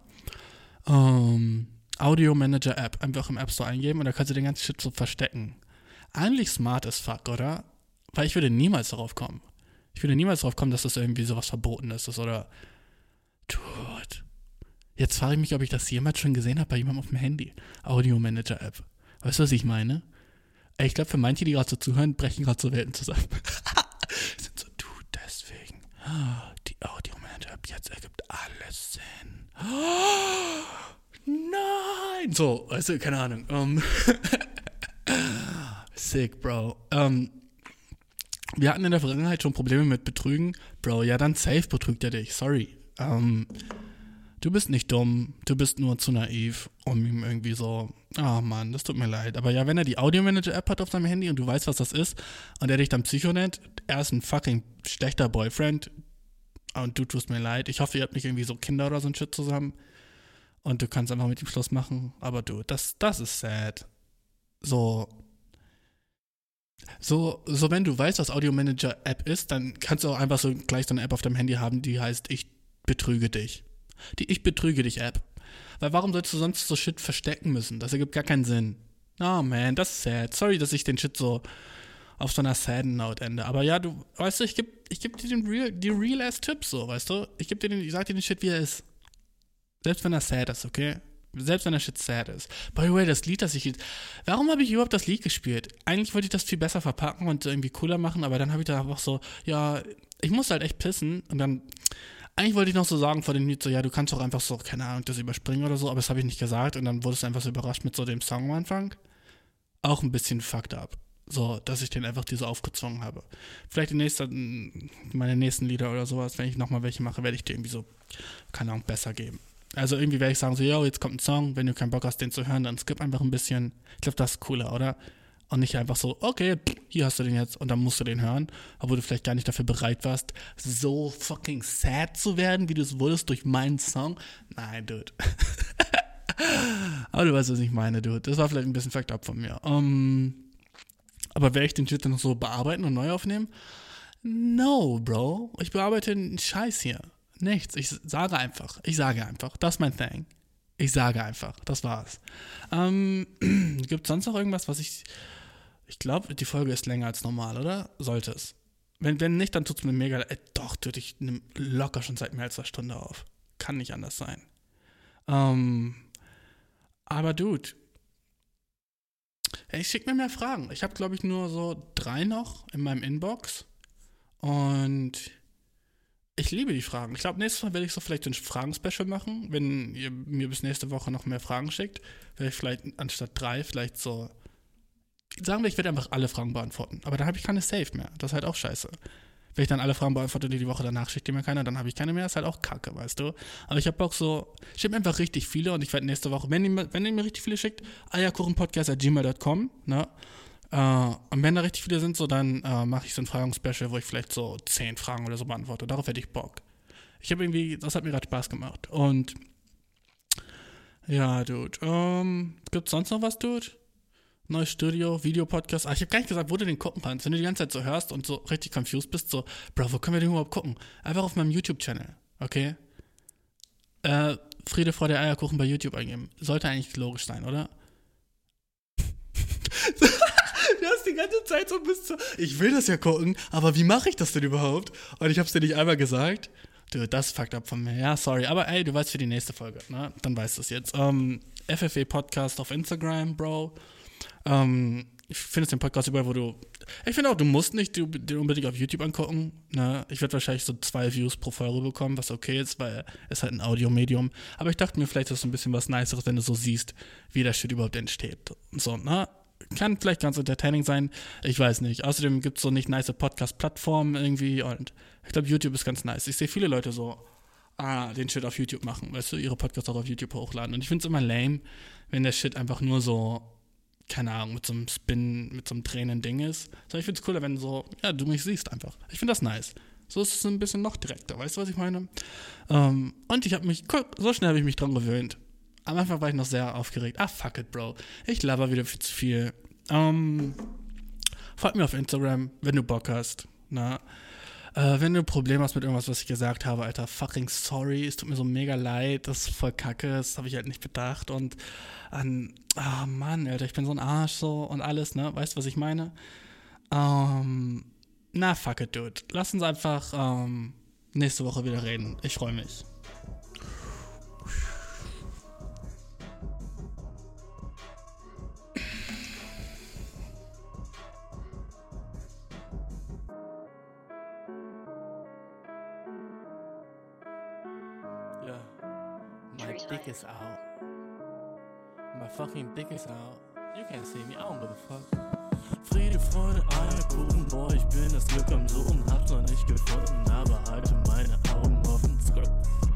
Audio-Manager-App, einfach im App Store eingeben und da kannst du den ganzen Shit so verstecken. Eigentlich smart as fuck, oder? Weil ich würde niemals darauf kommen. Dass das irgendwie sowas Verbotenes ist oder Dude. Jetzt frage ich mich, ob ich das jemals schon gesehen habe bei jemandem auf dem Handy. Audio-Manager-App. Weißt du, was ich meine? Ich glaube, für manche, die gerade so zuhören, brechen gerade so Welten zusammen. Sind so, Dude, deswegen. Die Audio-Manager-App jetzt ergibt alles Sinn. Nein! So, weißt du, keine Ahnung. Sick, Bro. Wir hatten in der Vergangenheit schon Probleme mit Betrügen. Bro, ja, dann safe betrügt er dich. Sorry. Du bist nicht dumm. Du bist nur zu naiv, um ihm irgendwie so, Mann, das tut mir leid. Aber ja, wenn er die Audio-Manager-App hat auf seinem Handy und du weißt, was das ist und er dich dann Psycho nennt, er ist ein fucking schlechter Boyfriend und du tust mir leid. Ich hoffe, ihr habt nicht irgendwie so Kinder oder so ein Shit zusammen und du kannst einfach mit ihm Schluss machen. Aber du, das ist sad. So, wenn du weißt, was Audio-Manager-App ist, dann kannst du auch einfach so gleich so eine App auf deinem Handy haben, die heißt Ich betrüge dich. Die Ich betrüge dich App. Weil warum sollst du sonst so Shit verstecken müssen? Das ergibt gar keinen Sinn. Oh man, das ist sad. Sorry, dass ich den Shit so auf so einer sad Note ende. Aber ja, du, weißt du, ich geb dir die Real-Ass-Tipps so, weißt du? Ich sag dir den Shit, wie er ist. Selbst wenn er sad ist, okay? Selbst wenn der Shit sad ist. By the way, das Lied, warum habe ich überhaupt das Lied gespielt? Eigentlich wollte ich das viel besser verpacken und irgendwie cooler machen, aber dann habe ich da einfach so, ja, ich musste halt echt pissen und dann, Eigentlich wollte ich noch so sagen vor dem Lied so, ja, du kannst doch einfach so, keine Ahnung, das überspringen oder so, aber das habe ich nicht gesagt und dann wurdest du einfach so überrascht mit so dem Song am Anfang. Auch ein bisschen fucked up. So, dass ich den einfach dir so aufgezwungen habe. Vielleicht meine nächsten Lieder oder sowas, wenn ich nochmal welche mache, werde ich dir irgendwie so, keine Ahnung, besser geben. Also irgendwie werde ich sagen so, yo, jetzt kommt ein Song, wenn du keinen Bock hast, den zu hören, dann skip einfach ein bisschen. Ich glaube, das ist cooler, oder? Und nicht einfach so, okay, hier hast du den jetzt und dann musst du den hören, obwohl du vielleicht gar nicht dafür bereit warst, so fucking sad zu werden, wie du es wurdest durch meinen Song. Nein, Dude. Aber du weißt, was ich meine, Dude. Das war vielleicht ein bisschen fucked up von mir. Aber werde ich den Shit dann noch so bearbeiten und neu aufnehmen? No, Bro. Ich bearbeite einen Scheiß hier. Nichts. Ich sage einfach. Das ist mein Thing. Ich sage einfach. Das war's. Gibt es sonst noch irgendwas, was ich glaube, die Folge ist länger als normal, oder? Sollte es. Wenn nicht, dann tut's mir mega leid. Doch, Dude, ich nehme locker schon seit mehr als 2 Stunden auf. Kann nicht anders sein. Aber Dude, ich schicke mir mehr Fragen. Ich habe, glaube ich, nur so 3 noch in meinem Inbox. Und ich liebe die Fragen. Ich glaube, nächstes Mal werde ich so vielleicht ein Fragen-Special machen. Wenn ihr mir bis nächste Woche noch mehr Fragen schickt, werde ich vielleicht anstatt 3 vielleicht so, sagen wir, ich werde einfach alle Fragen beantworten. Aber dann habe ich keine Safe mehr. Das ist halt auch scheiße. Wenn ich dann alle Fragen beantworte, die Woche danach schickt mir keiner, dann habe ich keine mehr. Ist halt auch kacke, weißt du. Aber ich habe Bock so, schickt mir einfach richtig viele und ich werde nächste Woche, wenn ihr mir richtig viele schickt, eierkuchenpodcast@gmail.com, ne. Und wenn da richtig viele sind, so dann mache ich so ein Fragen-Special, wo ich vielleicht so 10 Fragen oder so beantworte. Darauf hätte ich Bock. Das hat mir gerade Spaß gemacht. Und ja, Dude. Gibt's sonst noch was, Dude? Neues Studio, Videopodcast. Ich habe gar nicht gesagt, wo du den gucken kannst. Wenn du die ganze Zeit so hörst und so richtig confused bist, so, Bro, wo können wir den überhaupt gucken? Einfach auf meinem YouTube-Channel, okay? Friede, Freude, Eierkuchen bei YouTube eingeben. Sollte eigentlich logisch sein, oder? Du hast die ganze Zeit so ich will das ja gucken, aber wie mache ich das denn überhaupt? Und ich hab's dir nicht einmal gesagt. Dude, das fuckt up von mir. Ja, sorry. Aber ey, du weißt für die nächste Folge, ne? Dann weißt du es jetzt. FFE Podcast auf Instagram, Bro. Ich finde den Podcast überall, ich finde auch, du musst nicht den unbedingt auf YouTube angucken, ne? Ich werde wahrscheinlich so 2 Views pro Folge bekommen, was okay ist, weil es halt ein Audiomedium. Aber ich dachte mir, vielleicht ist es ein bisschen was Niceres, wenn du so siehst, wie das Shit überhaupt entsteht. So, ne? Kann vielleicht ganz entertaining sein, ich weiß nicht. Außerdem gibt es so nicht nice Podcast-Plattformen irgendwie und ich glaube, YouTube ist ganz nice. Ich sehe viele Leute so den Shit auf YouTube machen, weißt du, ihre Podcasts auch auf YouTube hochladen. Und ich finde es immer lame, wenn der Shit einfach nur so, keine Ahnung, mit so einem Spin, mit so einem Tränen-Ding ist. So, ich finde es cooler, wenn so, ja, du mich siehst einfach. Ich finde das nice. So ist es ein bisschen noch direkter, weißt du, was ich meine? Und so schnell habe ich mich dran gewöhnt. Am Anfang war ich noch sehr aufgeregt. Fuck it, Bro. Ich laber wieder viel zu viel. Folgt mir auf Instagram, wenn du Bock hast. Na? Wenn du ein Problem hast mit irgendwas, was ich gesagt habe, Alter, fucking sorry. Es tut mir so mega leid. Das ist voll kacke. Das habe ich halt nicht bedacht. Und Mann, Alter, ich bin so ein Arsch so und alles, ne? Weißt du, was ich meine? Fuck it, Dude. Lass uns einfach nächste Woche wieder reden. Ich freue mich. My dick is out. My fucking dick is out. You can't see me, I don't give a fuck. Friede, Freude, Eierkuchen, boah, ich bin das Glück am Suchen, hab's noch nicht gefunden, aber halte meine Augen offen.